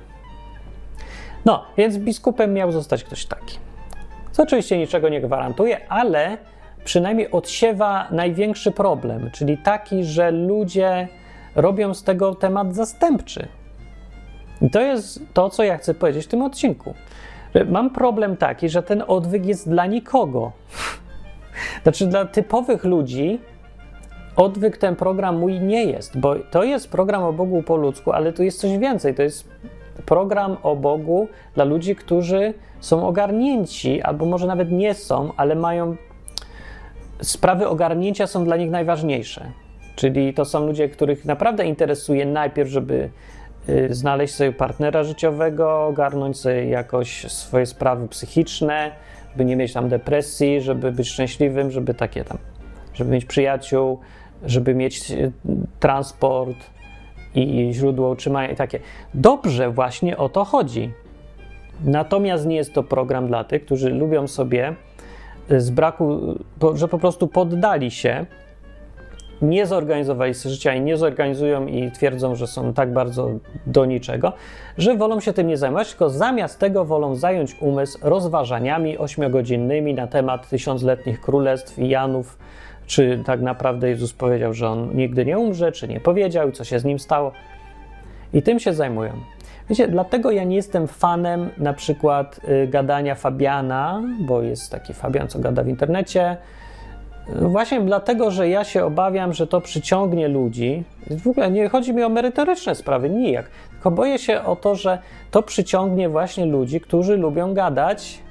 S1: No, więc biskupem miał zostać ktoś taki. Co oczywiście niczego nie gwarantuje, ale przynajmniej odsiewa największy problem, czyli taki, że ludzie robią z tego temat zastępczy. I to jest to, co ja chcę powiedzieć w tym odcinku. Że mam problem taki, że ten odwyk jest dla nikogo. Znaczy dla typowych ludzi odwyk, ten program mój nie jest, bo to jest program o Bogu po ludzku, ale tu jest coś więcej. To jest program o Bogu dla ludzi, którzy są ogarnięci, albo może nawet nie są, ale mają sprawy ogarnięcia są dla nich najważniejsze. Czyli to są ludzie, których naprawdę interesuje najpierw, żeby znaleźć sobie partnera życiowego, ogarnąć sobie jakoś swoje sprawy psychiczne, żeby nie mieć tam depresji, żeby być szczęśliwym, żeby takie tam, żeby mieć przyjaciół, żeby mieć transport i źródło utrzymania i takie. Dobrze, właśnie o to chodzi. Natomiast nie jest to program dla tych, którzy lubią sobie z braku, że po prostu poddali się, nie zorganizowali sobie życia i nie zorganizują i twierdzą, że są tak bardzo do niczego, że wolą się tym nie zajmować, tylko zamiast tego wolą zająć umysł rozważaniami 8-godzinnymi na temat tysiącletnich królestw i Janów, czy tak naprawdę Jezus powiedział, że On nigdy nie umrze, czy nie powiedział, co się z Nim stało. I tym się zajmują. Wiecie, dlatego ja nie jestem fanem na przykład gadania Fabiana, bo jest taki Fabian, co gada w internecie. Właśnie dlatego, że ja się obawiam, że to przyciągnie ludzi. W ogóle nie chodzi mi o merytoryczne sprawy, nijak. Tylko boję się o to, że to przyciągnie właśnie ludzi, którzy lubią gadać,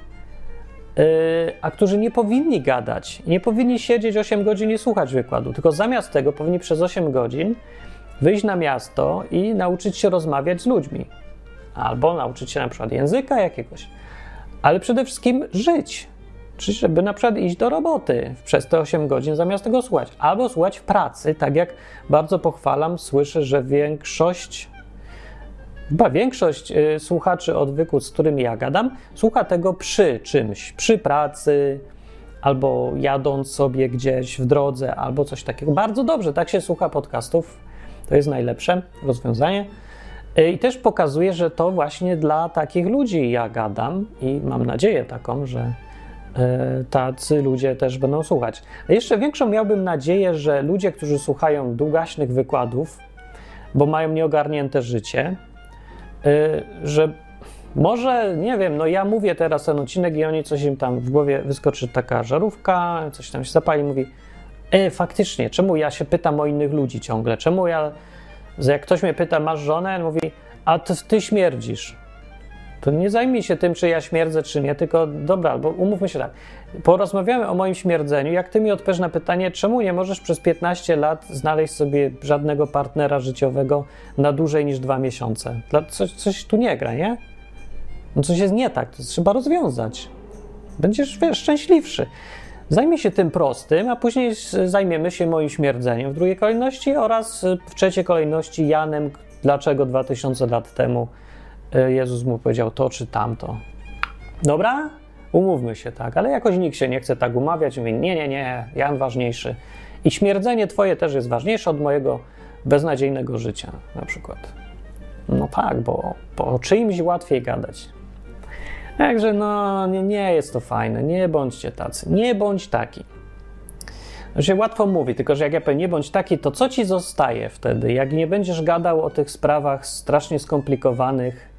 S1: a którzy nie powinni gadać. Nie powinni siedzieć 8 godzin i słuchać wykładu, tylko zamiast tego powinni przez 8 godzin wyjść na miasto i nauczyć się rozmawiać z ludźmi. Albo nauczyć się na przykład języka jakiegoś. Ale przede wszystkim żyć. Czyli żeby na przykład iść do roboty przez te 8 godzin zamiast tego słuchać. Albo słuchać w pracy, tak jak bardzo pochwalam, słyszę, że większość słuchaczy odwyku, z którymi ja gadam, słucha tego przy czymś, przy pracy, albo jadąc sobie gdzieś w drodze, albo coś takiego. Bardzo dobrze, tak się słucha podcastów. To jest najlepsze rozwiązanie. I też pokazuje, że to właśnie dla takich ludzi ja gadam i mam nadzieję taką, że tacy ludzie też będą słuchać. A jeszcze większą miałbym nadzieję, że ludzie, którzy słuchają długaśnych wykładów, bo mają nieogarnięte życie, że może, nie wiem, no ja mówię teraz ten odcinek i oni coś im tam w głowie wyskoczy taka żarówka, coś tam się zapali, mówi faktycznie, czemu ja się pytam o innych ludzi ciągle? Czemu jak ktoś mnie pyta, masz żonę? On mówi, a ty śmierdzisz. To nie zajmij się tym, czy ja śmierdzę, czy nie, tylko dobra, bo umówmy się tak, porozmawiamy o moim śmierdzeniu, jak ty mi odpowiesz na pytanie, czemu nie możesz przez 15 lat znaleźć sobie żadnego partnera życiowego na dłużej niż 2 miesiące? Coś tu nie gra, nie? No coś jest nie tak, to trzeba rozwiązać. Będziesz, szczęśliwszy. Zajmij się tym prostym, a później zajmiemy się moim śmierdzeniem w drugiej kolejności oraz w trzeciej kolejności Janem, dlaczego 2000 lat temu Jezus mu powiedział to czy tamto. Dobra? Umówmy się tak, ale jakoś nikt się nie chce tak umawiać. Mówi, nie, Jan ważniejszy. I śmierdzenie twoje też jest ważniejsze od mojego beznadziejnego życia na przykład. No tak, bo o czyimś łatwiej gadać. Także no nie jest to fajne, nie bądźcie tacy, nie bądź taki. Że łatwo mówi, tylko że jak ja powiem, nie bądź taki, to co ci zostaje wtedy? Jak nie będziesz gadał o tych sprawach strasznie skomplikowanych,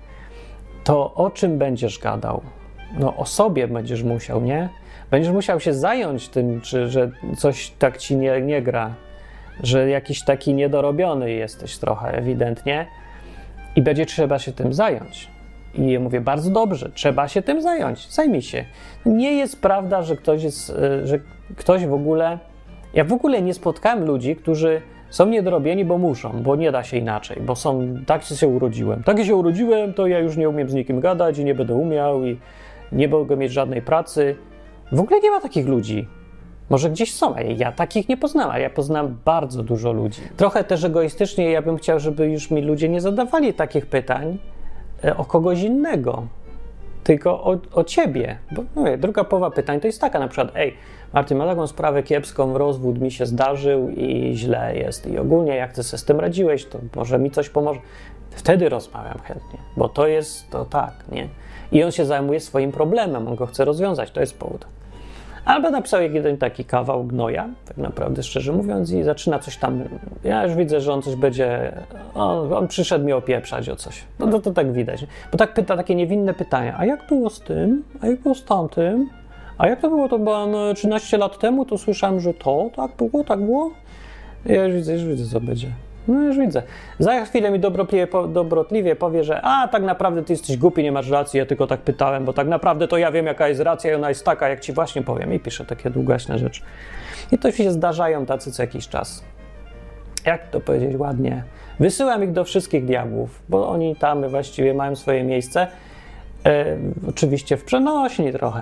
S1: to o czym będziesz gadał? No o sobie będziesz musiał, nie? Będziesz musiał się zająć tym, że coś tak ci nie gra, że jakiś taki niedorobiony jesteś trochę ewidentnie i będzie trzeba się tym zająć. I ja mówię, bardzo dobrze, trzeba się tym zająć, zajmij się. Nie jest prawda, że ktoś w ogóle... Ja w ogóle nie spotkałem ludzi, którzy są niedorobieni, bo muszą, bo nie da się inaczej, bo tak się urodziłem. Tak się urodziłem, to ja już nie umiem z nikim gadać i nie będę umiał i nie mogę mieć żadnej pracy. W ogóle nie ma takich ludzi. Może gdzieś są, a ja takich nie poznałem, a ja poznam bardzo dużo ludzi. Trochę też egoistycznie ja bym chciał, żeby już mi ludzie nie zadawali takich pytań o kogoś innego, tylko o ciebie. Bo mówię, druga połowa pytań to jest taka na przykład, Martin, ma taką sprawę kiepską, rozwód mi się zdarzył i źle jest i ogólnie jak ty sobie z tym radziłeś, to może mi coś pomoże. Wtedy rozmawiam chętnie, bo to tak, nie? I on się zajmuje swoim problemem, on go chce rozwiązać, to jest powód. Albo napisał jeden taki kawał gnoja, tak naprawdę szczerze mówiąc, i zaczyna coś tam, ja już widzę, że on coś będzie, on przyszedł mi opieprzać o coś. No to tak widać. Bo tak pyta takie niewinne pytania, a jak było z tym, a jak było z tamtym, a jak to było 13 lat temu, to słyszałem, że tak było. Ja już widzę, co będzie. No już widzę. Za chwilę mi dobrotliwie powie, że tak naprawdę ty jesteś głupi, nie masz racji, ja tylko tak pytałem, bo tak naprawdę to ja wiem, jaka jest racja i ona jest taka, jak ci właśnie powiem. I pisze takie długaśne rzeczy. I to się zdarzają tacy co jakiś czas. Jak to powiedzieć ładnie? Wysyłam ich do wszystkich diabłów, bo oni tam właściwie mają swoje miejsce. Oczywiście w przenośni trochę,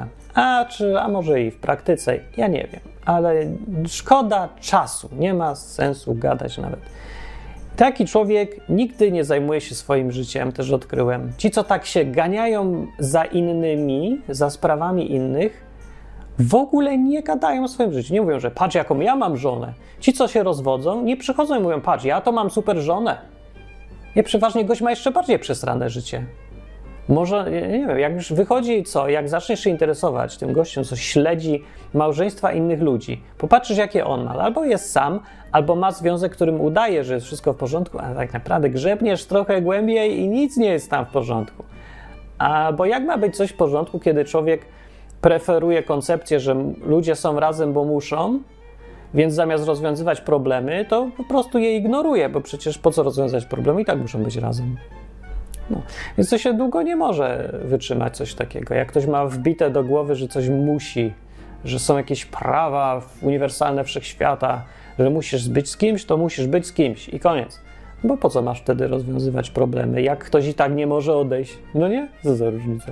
S1: a może i w praktyce, ja nie wiem, ale szkoda czasu, nie ma sensu gadać nawet. Taki człowiek nigdy nie zajmuje się swoim życiem, też odkryłem. Ci, co tak się ganiają za innymi, za sprawami innych, w ogóle nie gadają o swoim życiu. Nie mówią, że patrz, jaką ja mam żonę. Ci, co się rozwodzą, nie przychodzą i mówią, patrz, ja to mam super żonę. Nie, przeważnie gość ma jeszcze bardziej przesrane życie. Może, nie wiem, jak już wychodzi jak zaczniesz się interesować tym gościem, co śledzi małżeństwa innych ludzi, popatrzysz, jakie on ma, albo jest sam, albo ma związek, którym udaje, że jest wszystko w porządku, a tak naprawdę grzebniesz trochę głębiej i nic nie jest tam w porządku. Bo jak ma być coś w porządku, kiedy człowiek preferuje koncepcję, że ludzie są razem, bo muszą, więc zamiast rozwiązywać problemy, to po prostu je ignoruje, bo przecież po co rozwiązać problemy, i tak muszą być razem. No. Więc to się długo nie może wytrzymać coś takiego. Jak ktoś ma wbite do głowy, że coś musi, że są jakieś prawa uniwersalne wszechświata, że musisz być z kimś, to musisz być z kimś i koniec. Bo po co masz wtedy rozwiązywać problemy, jak ktoś i tak nie może odejść? No nie? Co za różnica?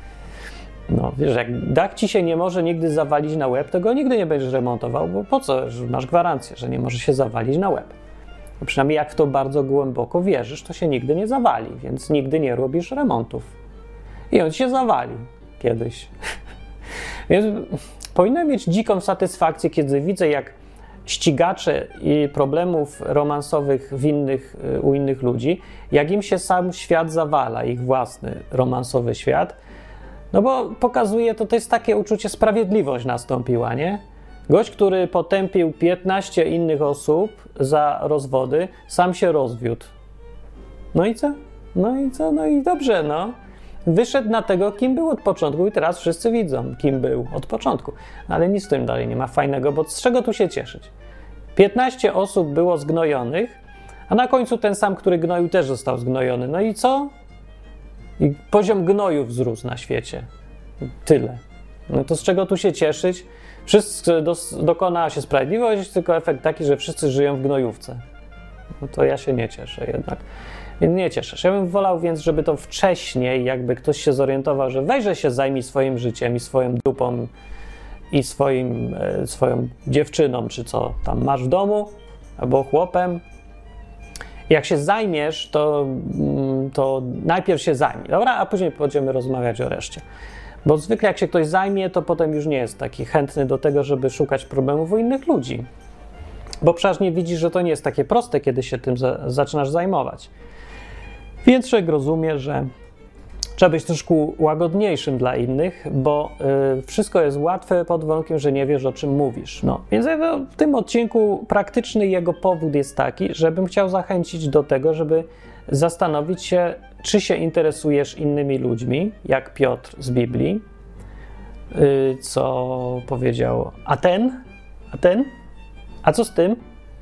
S1: No, wiesz, jak dach ci się nie może nigdy zawalić na łeb, to go nigdy nie będziesz remontował, bo po co? Masz gwarancję, że nie może się zawalić na łeb. Przynajmniej jak w to bardzo głęboko wierzysz, to się nigdy nie zawali, więc nigdy nie robisz remontów. I on się zawali kiedyś. Więc powinienem mieć dziką satysfakcję, kiedy widzę, jak ścigacze i problemów romansowych u innych ludzi, jak im się sam świat zawala, ich własny romansowy świat, no bo pokazuje, to jest takie uczucie, sprawiedliwość nastąpiła, nie? Gość, który potępił 15 innych osób za rozwody, sam się rozwiódł. No i co? No i dobrze, no. Wyszedł na tego, kim był od początku i teraz wszyscy widzą, kim był od początku. Ale nic z tym dalej nie ma fajnego, bo z czego tu się cieszyć? 15 osób było zgnojonych, a na końcu ten sam, który gnoił, też został zgnojony. No i co? I poziom gnojów wzrósł na świecie. Tyle. No to z czego tu się cieszyć? Dokonała się sprawiedliwość, tylko efekt taki, że wszyscy żyją w gnojówce. No to ja się nie cieszę jednak. Nie cieszę się. Ja bym wolał więc, żeby to wcześniej jakby ktoś się zorientował, że weźże się zajmij swoim życiem i swoją dupą i swoją dziewczyną, czy co tam masz w domu, albo chłopem. Jak się zajmiesz, to najpierw się zajmij, dobra? A później będziemy rozmawiać o reszcie. Bo zwykle jak się ktoś zajmie, to potem już nie jest taki chętny do tego, żeby szukać problemów u innych ludzi. Bo przecież nie widzisz, że to nie jest takie proste, kiedy się tym zaczynasz zajmować. Więc człowiek rozumie, że Trzeba być troszkę łagodniejszym dla innych, bo wszystko jest łatwe pod warunkiem, że nie wiesz, o czym mówisz. No, więc w tym odcinku praktyczny jego powód jest taki, żebym chciał zachęcić do tego, żeby zastanowić się, czy się interesujesz innymi ludźmi, jak Piotr z Biblii, co powiedział, a ten? A co z tym?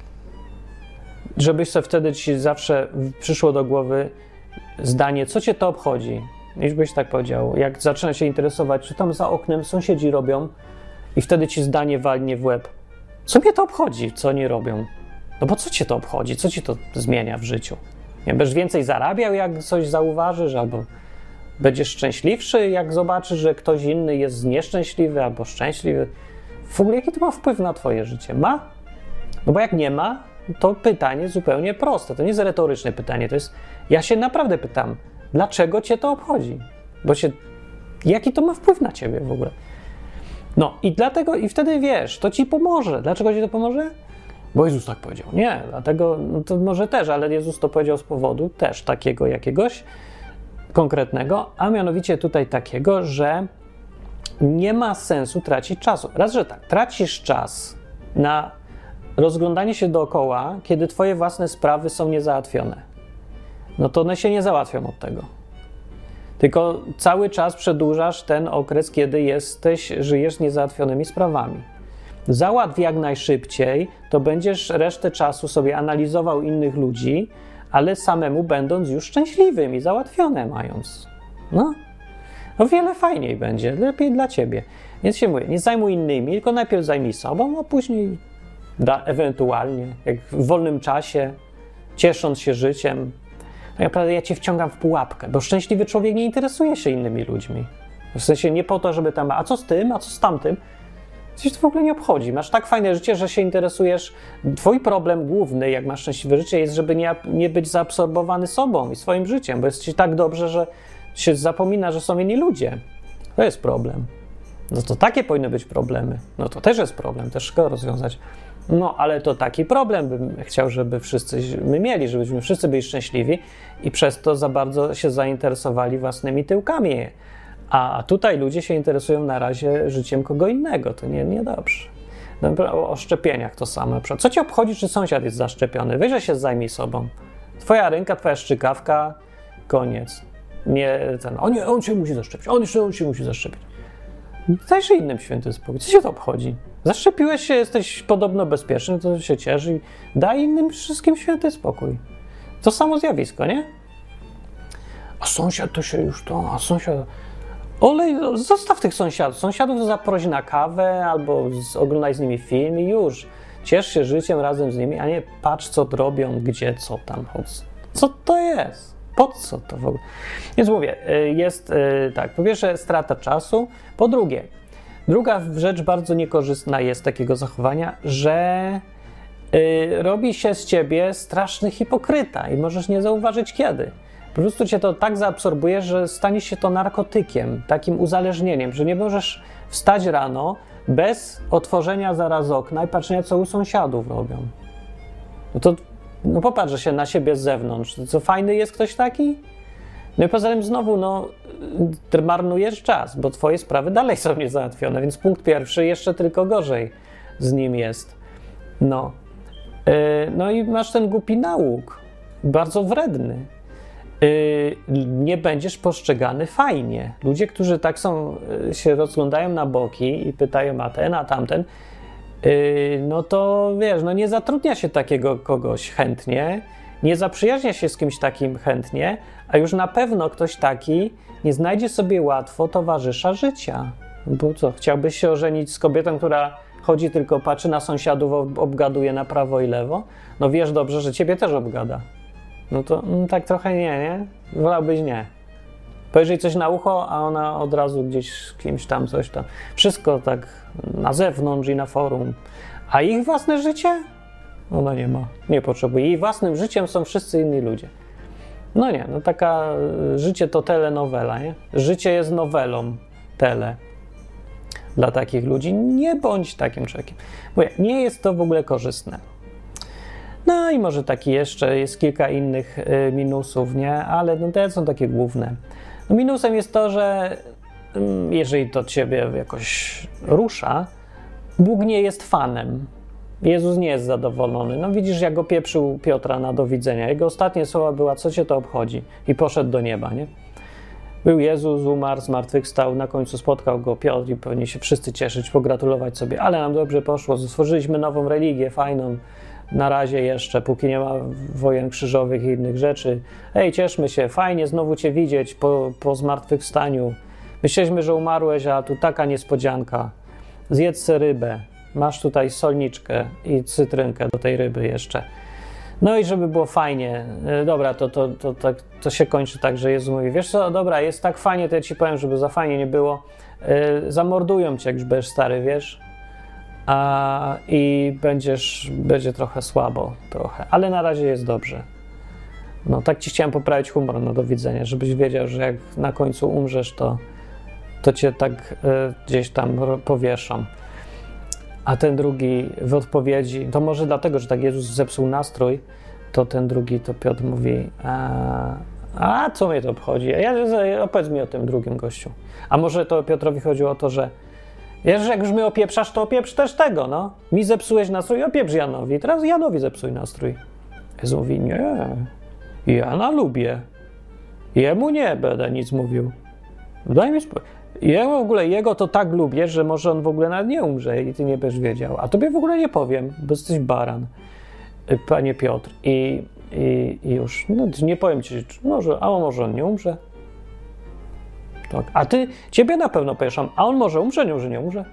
S1: Żebyś sobie wtedy ci zawsze przyszło do głowy zdanie, co cię to obchodzi? Już byś tak powiedział, jak zaczyna się interesować, czy tam za oknem sąsiedzi robią i wtedy ci zdanie walnie w łeb. Co mnie to obchodzi, co oni robią? No bo co cię to obchodzi? Co ci to zmienia w życiu? Nie będziesz więcej zarabiał, jak coś zauważysz, albo będziesz szczęśliwszy, jak zobaczysz, że ktoś inny jest nieszczęśliwy albo szczęśliwy. W ogóle jaki to ma wpływ na twoje życie? Ma? No bo jak nie ma, to pytanie zupełnie proste. To nie jest retoryczne pytanie, to jest... Ja się naprawdę pytam, dlaczego cię to obchodzi? Jaki to ma wpływ na ciebie w ogóle? No i dlatego, i wtedy wiesz, to ci pomoże. Dlaczego ci to pomoże? Bo Jezus tak powiedział. Nie, dlatego, no to może też, ale Jezus to powiedział z powodu też takiego jakiegoś konkretnego, a mianowicie tutaj takiego, że nie ma sensu tracić czasu. Raz, że tak, tracisz czas na rozglądanie się dookoła, kiedy twoje własne sprawy są niezałatwione. No to one się nie załatwią od tego. Tylko cały czas przedłużasz ten okres, kiedy żyjesz niezałatwionymi sprawami. Załatw jak najszybciej, to będziesz resztę czasu sobie analizował innych ludzi, ale samemu będąc już szczęśliwym i załatwione mając. No o wiele fajniej będzie, lepiej dla ciebie. Więc się mówię, nie zajmuj innymi, tylko najpierw zajmij sobą, a później ewentualnie, jak w wolnym czasie, ciesząc się życiem. Tak naprawdę ja cię wciągam w pułapkę, bo szczęśliwy człowiek nie interesuje się innymi ludźmi. W sensie nie po to, żeby tam, a co z tym, a co z tamtym? Coś to w ogóle nie obchodzi. Masz tak fajne życie, że się interesujesz. Twój problem główny, jak masz szczęśliwe życie, jest, żeby nie być zaabsorbowany sobą i swoim życiem, bo jest ci tak dobrze, że się zapomina, że są inni ludzie. To jest problem. No to takie powinny być problemy. No to też jest problem, też go rozwiązać. No, ale to taki problem bym chciał, żeby wszyscy my mieli, żebyśmy wszyscy byli szczęśliwi i przez to za bardzo się zainteresowali własnymi tyłkami. A tutaj ludzie się interesują na razie życiem kogo innego. To niedobrze. No, o szczepieniach to samo. Co ci obchodzi, czy sąsiad jest zaszczepiony? Weź, że się zajmij sobą. Twoja ręka, twoja szczykawka, koniec. Nie ten, on się musi zaszczepić, on się musi zaszczepić. Dajże innym święty spokój. Co się to obchodzi? Zaszczepiłeś się, jesteś podobno bezpieczny, to się ciesz i daj innym wszystkim święty spokój. To samo zjawisko, nie? A sąsiad to się już to, a sąsiad... Olej, zostaw tych sąsiadów. Sąsiadów zaproś na kawę albo oglądaj z nimi film i już. Ciesz się życiem razem z nimi, a nie patrz, co robią, gdzie, co tam. Co to jest? Po co to w ogóle? Więc mówię, jest tak, po pierwsze strata czasu, po drugie, druga rzecz bardzo niekorzystna jest takiego zachowania, że robi się z ciebie straszny hipokryta i możesz nie zauważyć kiedy. Po prostu cię to tak zaabsorbuje, że stanie się to narkotykiem, takim uzależnieniem, że nie możesz wstać rano bez otworzenia zaraz okna i patrzenia, co u sąsiadów robią. No popatrzę się na siebie z zewnątrz. Co fajny jest ktoś taki? No i poza tym znowu, marnujesz czas, bo twoje sprawy dalej są niezałatwione, więc punkt pierwszy jeszcze tylko gorzej z nim jest. No i masz ten głupi nauk, bardzo wredny. Nie będziesz postrzegany fajnie. Ludzie, którzy tak się rozglądają na boki i pytają a ten, a tamten, no to wiesz, nie zatrudnia się takiego kogoś chętnie, nie zaprzyjaźnia się z kimś takim chętnie, a już na pewno ktoś taki nie znajdzie sobie łatwo towarzysza życia. Bo co, chciałbyś się ożenić z kobietą, która chodzi tylko, patrzy na sąsiadów, obgaduje na prawo i lewo? No wiesz dobrze, że ciebie też obgada. No to tak trochę nie? Wolałbyś nie. Pojeżdżaj coś na ucho, a ona od razu gdzieś z kimś tam, coś tam. Wszystko tak na zewnątrz i na forum. A ich własne życie? Ona nie ma, nie potrzebuje. Jej własnym życiem są wszyscy inni ludzie. No nie, życie to telenowela, nie? Życie jest nowelą dla takich ludzi. Nie bądź takim człowiekiem. Mówię, nie jest to w ogóle korzystne. No i może taki jeszcze jest kilka innych minusów, nie? Ale te są takie główne. No minusem jest to, że jeżeli to ciebie jakoś rusza, Bóg nie jest fanem. Jezus nie jest zadowolony. No widzisz, jak opieprzył Piotra na do widzenia. Jego ostatnie słowa była, co cię to obchodzi? I poszedł do nieba, nie? Był Jezus, umarł, zmartwychwstał, na końcu spotkał go Piotr i powinni się wszyscy cieszyć, pogratulować sobie. Ale nam dobrze poszło, stworzyliśmy nową religię, fajną. Na razie jeszcze, póki nie ma wojen krzyżowych i innych rzeczy. Ej, cieszmy się, fajnie znowu cię widzieć po zmartwychwstaniu. Myśleliśmy, że umarłeś, a tu taka niespodzianka. Zjedz se rybę. Masz tutaj solniczkę i cytrynkę do tej ryby jeszcze. No i żeby było fajnie. Dobra, to się kończy tak, że Jezus mówi, wiesz co, dobra, jest tak fajnie, to ja ci powiem, żeby za fajnie nie było. Zamordują cię, jak już będziesz stary, wiesz? I będzie trochę słabo, ale na razie jest dobrze. No tak ci chciałem poprawić humor na do widzenia, żebyś wiedział, że jak na końcu umrzesz, to cię tak gdzieś tam powieszą. A ten drugi w odpowiedzi, to może dlatego, że tak Jezus zepsuł nastrój, to ten drugi, to Piotr mówi, a co mnie to obchodzi? Opowiedz mi o tym drugim gościu. A może to Piotrowi chodziło o to, że wiesz, jak już mnie opieprzasz, to opieprz też tego, no. Mi zepsułeś nastrój, opieprz Janowi. Teraz Janowi zepsuj nastrój. Jezus mówi, nie, Jana lubię. Jemu nie będę nic mówił. Daj mi spokój. Ja w ogóle jego to tak lubię, że może on w ogóle nawet nie umrze i ty nie będziesz wiedział. A tobie w ogóle nie powiem, bo jesteś baran, panie Piotr. I już, no nie powiem ci, może on nie umrze. Tak. A ciebie na pewno pyszą, a on może umrze, nie umrze.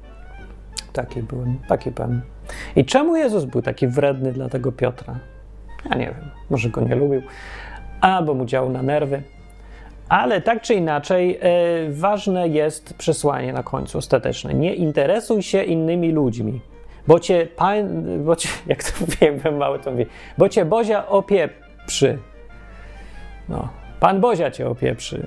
S1: Taki byłem. I czemu Jezus był taki wredny dla tego Piotra? Ja nie wiem, może go nie lubił, albo mu działał na nerwy. Ale tak czy inaczej, ważne jest przesłanie na końcu ostateczne. Nie interesuj się innymi ludźmi, bo cię, jak to wiem, mały to mówi, bo cię Bozia opieprzy. No, Pan Bozia cię opieprzy.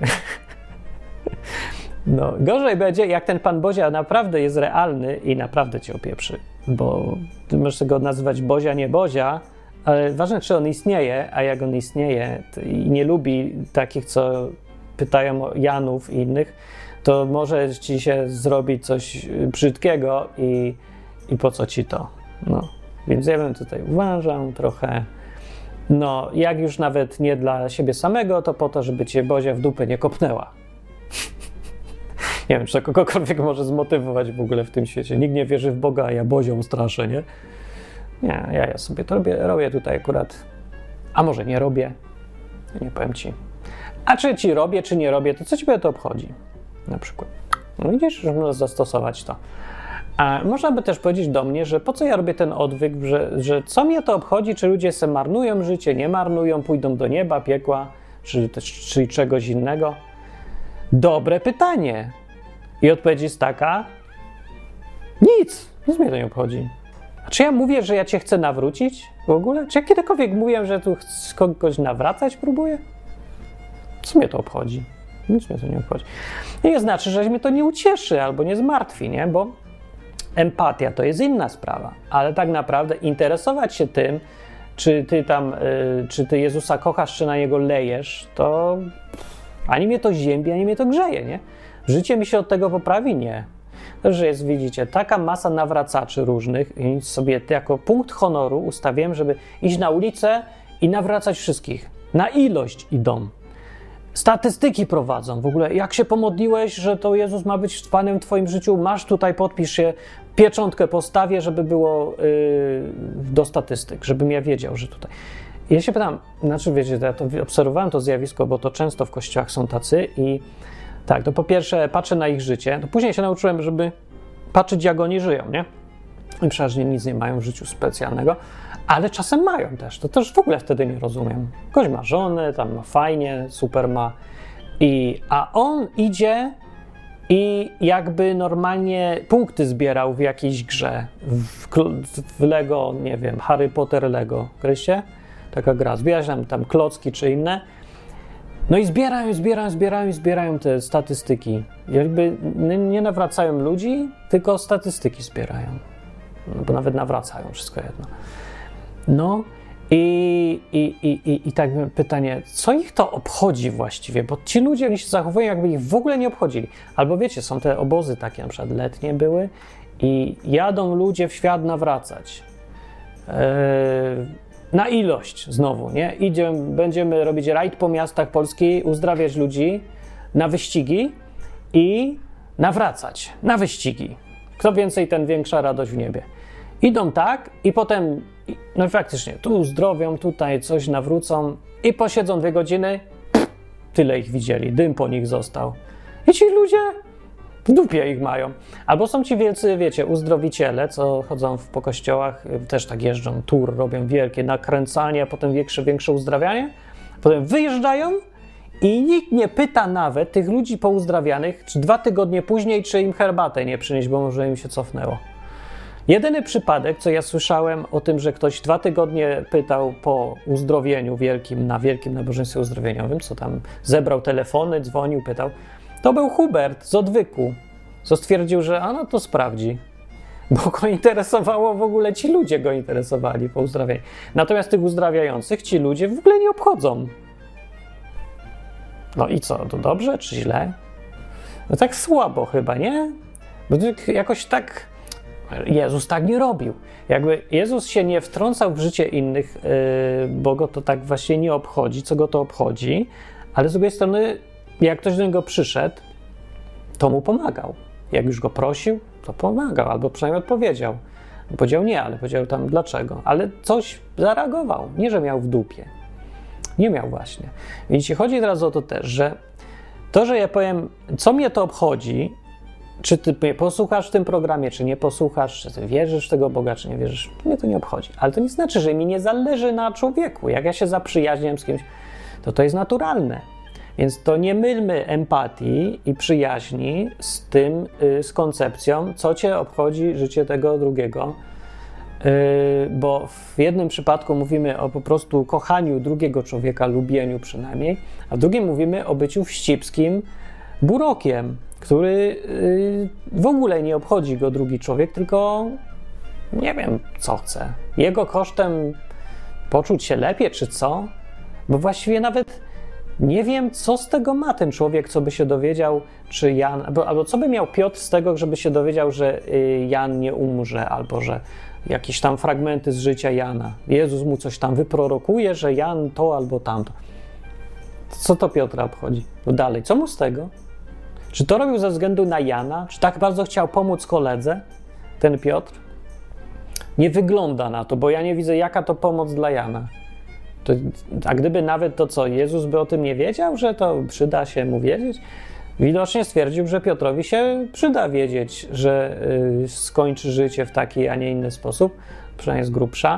S1: No, gorzej będzie, jak ten Pan Bozia naprawdę jest realny i naprawdę cię opieprzy, bo ty możesz go nazywać Bozia, nie Bozia, ale ważne, czy on istnieje, a jak on istnieje i nie lubi takich, co pytają o Janów i innych, to może ci się zrobić coś brzydkiego i po co ci to? No, więc ja bym tutaj uważał trochę, no, jak już nawet nie dla siebie samego, to po to, żeby cię Bozia w dupę nie kopnęła. Nie wiem, czy to kogokolwiek może zmotywować w ogóle w tym świecie. Nikt nie wierzy w Boga, a ja Bozią straszę, nie? Nie, ja sobie to robię tutaj akurat. A może nie robię? Nie powiem ci. A czy ci robię, czy nie robię, to co ciebie to obchodzi? Na przykład. No widzisz, że można zastosować to. A można by też powiedzieć do mnie, że po co ja robię ten odwyk, że co mnie to obchodzi, czy ludzie se marnują życie, nie marnują, pójdą do nieba, piekła, czy czegoś innego? Dobre pytanie. I odpowiedź jest taka, nic mnie to nie obchodzi. A czy ja mówię, że ja cię chcę nawrócić w ogóle? Czy ja kiedykolwiek mówię, że tu kogoś nawracać próbuję? Co mnie to obchodzi? Nic mnie to nie obchodzi. I nie znaczy, że mnie to nie ucieszy albo nie zmartwi, nie? Bo empatia to jest inna sprawa. Ale tak naprawdę interesować się tym, czy ty Jezusa kochasz, czy na Niego lejesz, to ani mnie to ziębi, ani mnie to grzeje, nie? Życie mi się od tego poprawi? Nie. Że jest, widzicie, taka masa nawracaczy różnych i sobie jako punkt honoru ustawiłem, żeby iść na ulicę i nawracać wszystkich. Na ilość idą. Statystyki prowadzą. W ogóle jak się pomodliłeś, że to Jezus ma być Panem w twoim życiu, masz tutaj, podpisz się, pieczątkę postawię, żeby było do statystyk, żebym ja wiedział, że tutaj. I ja się pytam, znaczy wiecie, ja to obserwowałem to zjawisko, bo to często w kościołach są tacy i tak, to po pierwsze patrzę na ich życie, to później się nauczyłem, żeby patrzeć, jak oni żyją, nie? I przeważnie nic nie mają w życiu specjalnego, ale czasem mają też, to też w ogóle wtedy nie rozumiem. Ktoś ma żonę, tam ma fajnie, super ma, a on idzie i jakby normalnie punkty zbierał w jakiejś grze, w Lego, nie wiem, Harry Potter Lego, gryźcie? Taka gra, zbierać tam klocki czy inne. No i zbierają te statystyki. Jakby nie nawracają ludzi, tylko statystyki zbierają. No bo nawet nawracają, wszystko jedno. No I tak pytanie, co ich to obchodzi właściwie? Bo ci ludzie, oni się zachowują, jakby ich w ogóle nie obchodzili. Albo wiecie, są te obozy takie, na przykład letnie były i jadą ludzie w świat nawracać. Na ilość znowu, nie? Będziemy robić rajd po miastach Polski, uzdrawiać ludzi na wyścigi i nawracać na wyścigi. Kto więcej, ten większa radość w niebie. Idą tak i potem, no faktycznie, tu uzdrowią, tutaj coś nawrócą i posiedzą 2 godziny, tyle ich widzieli, dym po nich został. I ci ludzie w dupie ich mają. Albo są ci wielcy, wiecie, uzdrowiciele, co chodzą po kościołach, też tak jeżdżą, tour robią wielkie nakręcanie, a potem większe uzdrawianie. Potem wyjeżdżają i nikt nie pyta nawet tych ludzi pouzdrawianych, czy 2 tygodnie później, czy im herbatę nie przynieść, bo może im się cofnęło. Jedyny przypadek, co ja słyszałem o tym, że ktoś 2 tygodnie pytał po uzdrowieniu wielkim, na wielkim nabożeństwie uzdrowieniowym, co tam zebrał telefony, dzwonił, pytał, to był Hubert z Odwyku, co stwierdził, że no to sprawdzi, bo go interesowało, w ogóle ci ludzie go interesowali po uzdrawieniu. Natomiast tych uzdrawiających ci ludzie w ogóle nie obchodzą. No i co, to dobrze czy źle? No tak słabo chyba, nie? Bo jakoś tak Jezus tak nie robił. Jakby Jezus się nie wtrącał w życie innych, bo go to tak właśnie nie obchodzi, co go to obchodzi, ale z drugiej strony, jak ktoś do niego przyszedł, to mu pomagał. Jak już go prosił, to pomagał, albo przynajmniej odpowiedział. Powiedział nie, ale powiedział tam dlaczego. Ale coś zareagował, nie, że miał w dupie. Nie miał właśnie. Widzicie, chodzi teraz o to też, że to, że ja powiem, co mnie to obchodzi, czy ty mnie posłuchasz w tym programie, czy nie posłuchasz, czy ty wierzysz w tego Boga, czy nie wierzysz, mnie to nie obchodzi. Ale to nie znaczy, że mi nie zależy na człowieku. Jak ja się zaprzyjaźniam z kimś, to jest naturalne. Więc to nie mylmy empatii i przyjaźni z tym, z koncepcją, co cię obchodzi życie tego drugiego, bo w jednym przypadku mówimy o po prostu kochaniu drugiego człowieka, lubieniu przynajmniej, a w drugim mówimy o byciu wścibskim burokiem, który w ogóle nie obchodzi go drugi człowiek, tylko nie wiem, co chce. Jego kosztem poczuć się lepiej, czy co? Bo właściwie nawet nie wiem, co z tego ma ten człowiek, co by się dowiedział, czy Jan, albo co by miał Piotr z tego, żeby się dowiedział, że Jan nie umrze, albo że jakieś tam fragmenty z życia Jana. Jezus mu coś tam wyprorokuje, że Jan to albo tamto. Co to Piotra obchodzi? No dalej, co mu z tego? Czy to robił ze względu na Jana? Czy tak bardzo chciał pomóc koledze, ten Piotr? Nie wygląda na to, bo ja nie widzę, jaka to pomoc dla Jana. A gdyby nawet to co, Jezus by o tym nie wiedział, że to przyda się mu wiedzieć? Widocznie stwierdził, że Piotrowi się przyda wiedzieć, że skończy życie w taki, a nie inny sposób, przynajmniej z grubsza.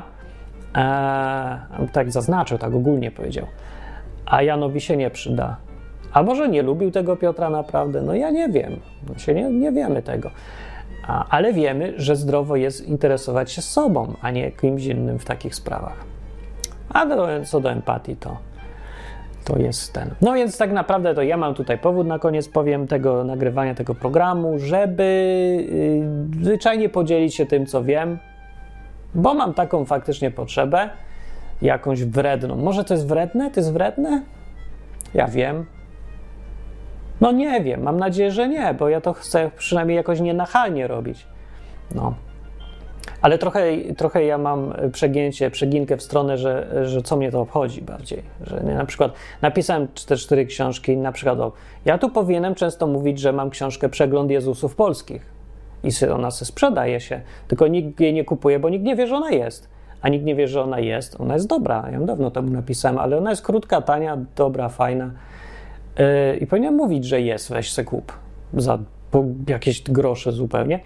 S1: Tak zaznaczył, tak ogólnie powiedział. A Janowi się nie przyda. A może nie lubił tego Piotra naprawdę? No ja nie wiem. Nie wiemy tego. Ale wiemy, że zdrowo jest interesować się sobą, a nie kimś innym w takich sprawach. A co do empatii, to jest ten. No więc tak naprawdę to ja mam tutaj powód, na koniec powiem, tego nagrywania tego programu, żeby zwyczajnie podzielić się tym, co wiem, bo mam taką faktycznie potrzebę, jakąś wredną. Może to jest wredne? To jest wredne? Ja wiem. No nie wiem, mam nadzieję, że nie, bo ja to chcę przynajmniej jakoś nienachalnie robić. No. Ale trochę ja mam przeginkę w stronę, że co mnie to obchodzi bardziej. Że na przykład napisałem 4 książki, na przykład ja tu powinienem często mówić, że mam książkę Przegląd Jezusów Polskich i ona se sprzedaje się, tylko nikt jej nie kupuje, bo nikt nie wie, że ona jest. A nikt nie wie, że ona jest dobra, ja ją dawno temu napisałem, ale ona jest krótka, tania, dobra, fajna i powinienem mówić, że jest, weź se kup za jakieś grosze zupełnie.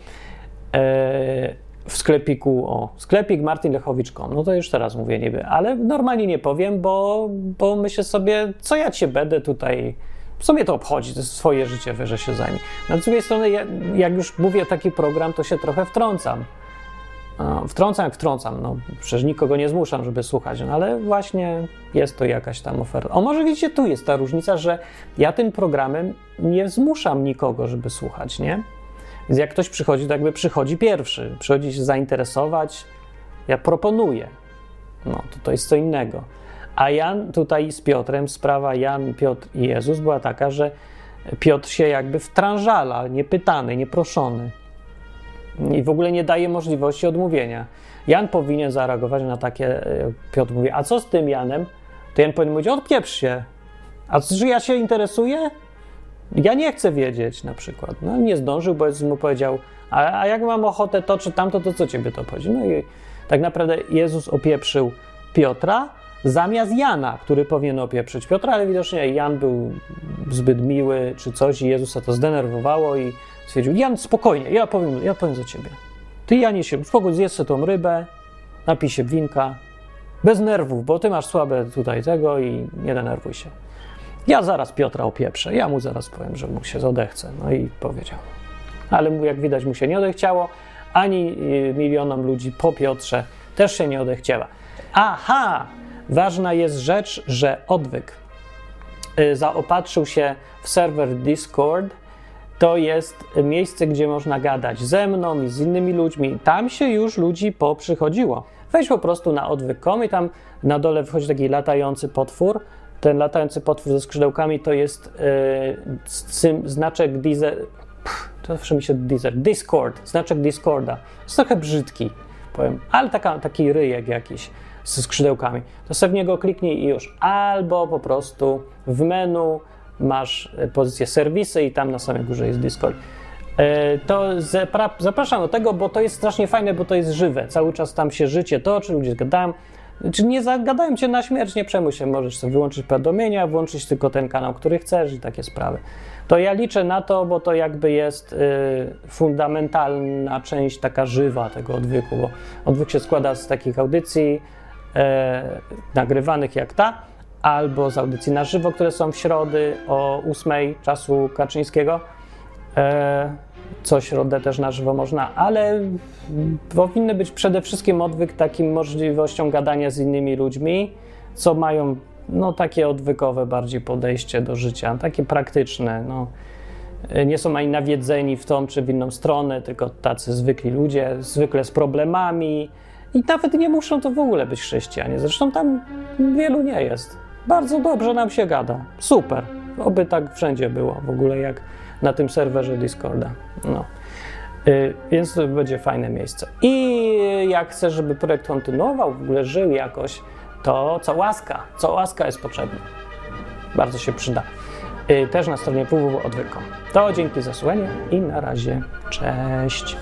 S1: W sklepiku, sklepik martinlechowicz.com, no to już teraz mówię niby, ale normalnie nie powiem, bo myślę sobie, co ja cię będę tutaj, co mnie to obchodzi, to jest swoje życie, że się zajmie. No, z drugiej strony, jak już mówię taki program, to się trochę wtrącam. Wtrącam, no przecież nikogo nie zmuszam, żeby słuchać, no ale właśnie jest to jakaś tam oferta. Może widzicie, tu jest ta różnica, że ja tym programem nie zmuszam nikogo, żeby słuchać, nie? Więc jak ktoś przychodzi, to jakby przychodzi pierwszy, przychodzi się zainteresować, ja proponuję. No, to jest co innego. A Jan tutaj z Piotrem, sprawa Jan, Piotr i Jezus była taka, że Piotr się jakby wtrążala, niepytany, nieproszony. I w ogóle nie daje możliwości odmówienia. Jan powinien zareagować na takie, Piotr mówi, a co z tym Janem? To Jan powinien mówić, odpieprz się. A czy ja się interesuję? Ja nie chcę wiedzieć na przykład. No nie zdążył, bo Jezus mu powiedział, a jak mam ochotę to czy tamto, to co ciebie to obchodzi? No i tak naprawdę Jezus opieprzył Piotra zamiast Jana, który powinien opieprzyć Piotra, ale widocznie Jan był zbyt miły czy coś i Jezusa to zdenerwowało i stwierdził, Jan, spokojnie, ja powiem za ciebie. Ty, Janie, się spokój, zjedz sobie tą rybę, napij się winka, bez nerwów, bo ty masz słabe tutaj tego i nie denerwuj się. Ja zaraz Piotra opieprzę, ja mu zaraz powiem, że mu się odechce. No i powiedział. Ale mu, jak widać, mu się nie odechciało, ani milionom ludzi po Piotrze też się nie odechciała. Aha! Ważna jest rzecz, że odwyk zaopatrzył się w serwer Discord. To jest miejsce, gdzie można gadać ze mną i z innymi ludźmi. Tam się już ludzi poprzychodziło. Wejdź po prostu na odwyk.com i tam na dole wchodzi taki latający potwór. Ten latający potwór ze skrzydełkami to jest znaczek Discord, znaczek Discorda. Jest trochę brzydki, powiem, ale taki ryjek jakiś ze skrzydełkami. To sobie w niego kliknij i już. Albo po prostu w menu masz pozycję serwisy i tam na samej górze jest Discord. To zapraszam do tego, bo to jest strasznie fajne, bo to jest żywe. Cały czas tam się życie toczy, ludzie gadają. Czy nie zagadają cię na śmierć, nie przejmuj się, możesz sobie wyłączyć powiadomienia, włączyć tylko ten kanał, który chcesz i takie sprawy. To ja liczę na to, bo to jakby jest fundamentalna część taka żywa tego odwyku, bo odwyk się składa z takich audycji nagrywanych jak ta, albo z audycji na żywo, które są w środy o 8 czasu Kaczyńskiego. Co środę też na żywo można, ale powinny być przede wszystkim odwyk takim możliwością gadania z innymi ludźmi, co mają takie odwykowe bardziej podejście do życia, takie praktyczne. Nie są ani nawiedzeni w tą czy w inną stronę, tylko tacy zwykli ludzie, zwykle z problemami i nawet nie muszą to w ogóle być chrześcijanie. Zresztą tam wielu nie jest. Bardzo dobrze nam się gada. Super. Oby tak wszędzie było w ogóle jak na tym serwerze Discorda. Więc to będzie fajne miejsce. I jak chcesz, żeby projekt kontynuował, w ogóle żył jakoś, to co łaska jest potrzebna. Bardzo się przyda. Też na stronie www.odwyk.com. To dzięki za słuchanie i na razie. Cześć.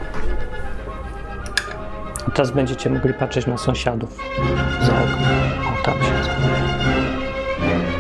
S1: Teraz będziecie mogli patrzeć na sąsiadów za okno. O, tam siedzą.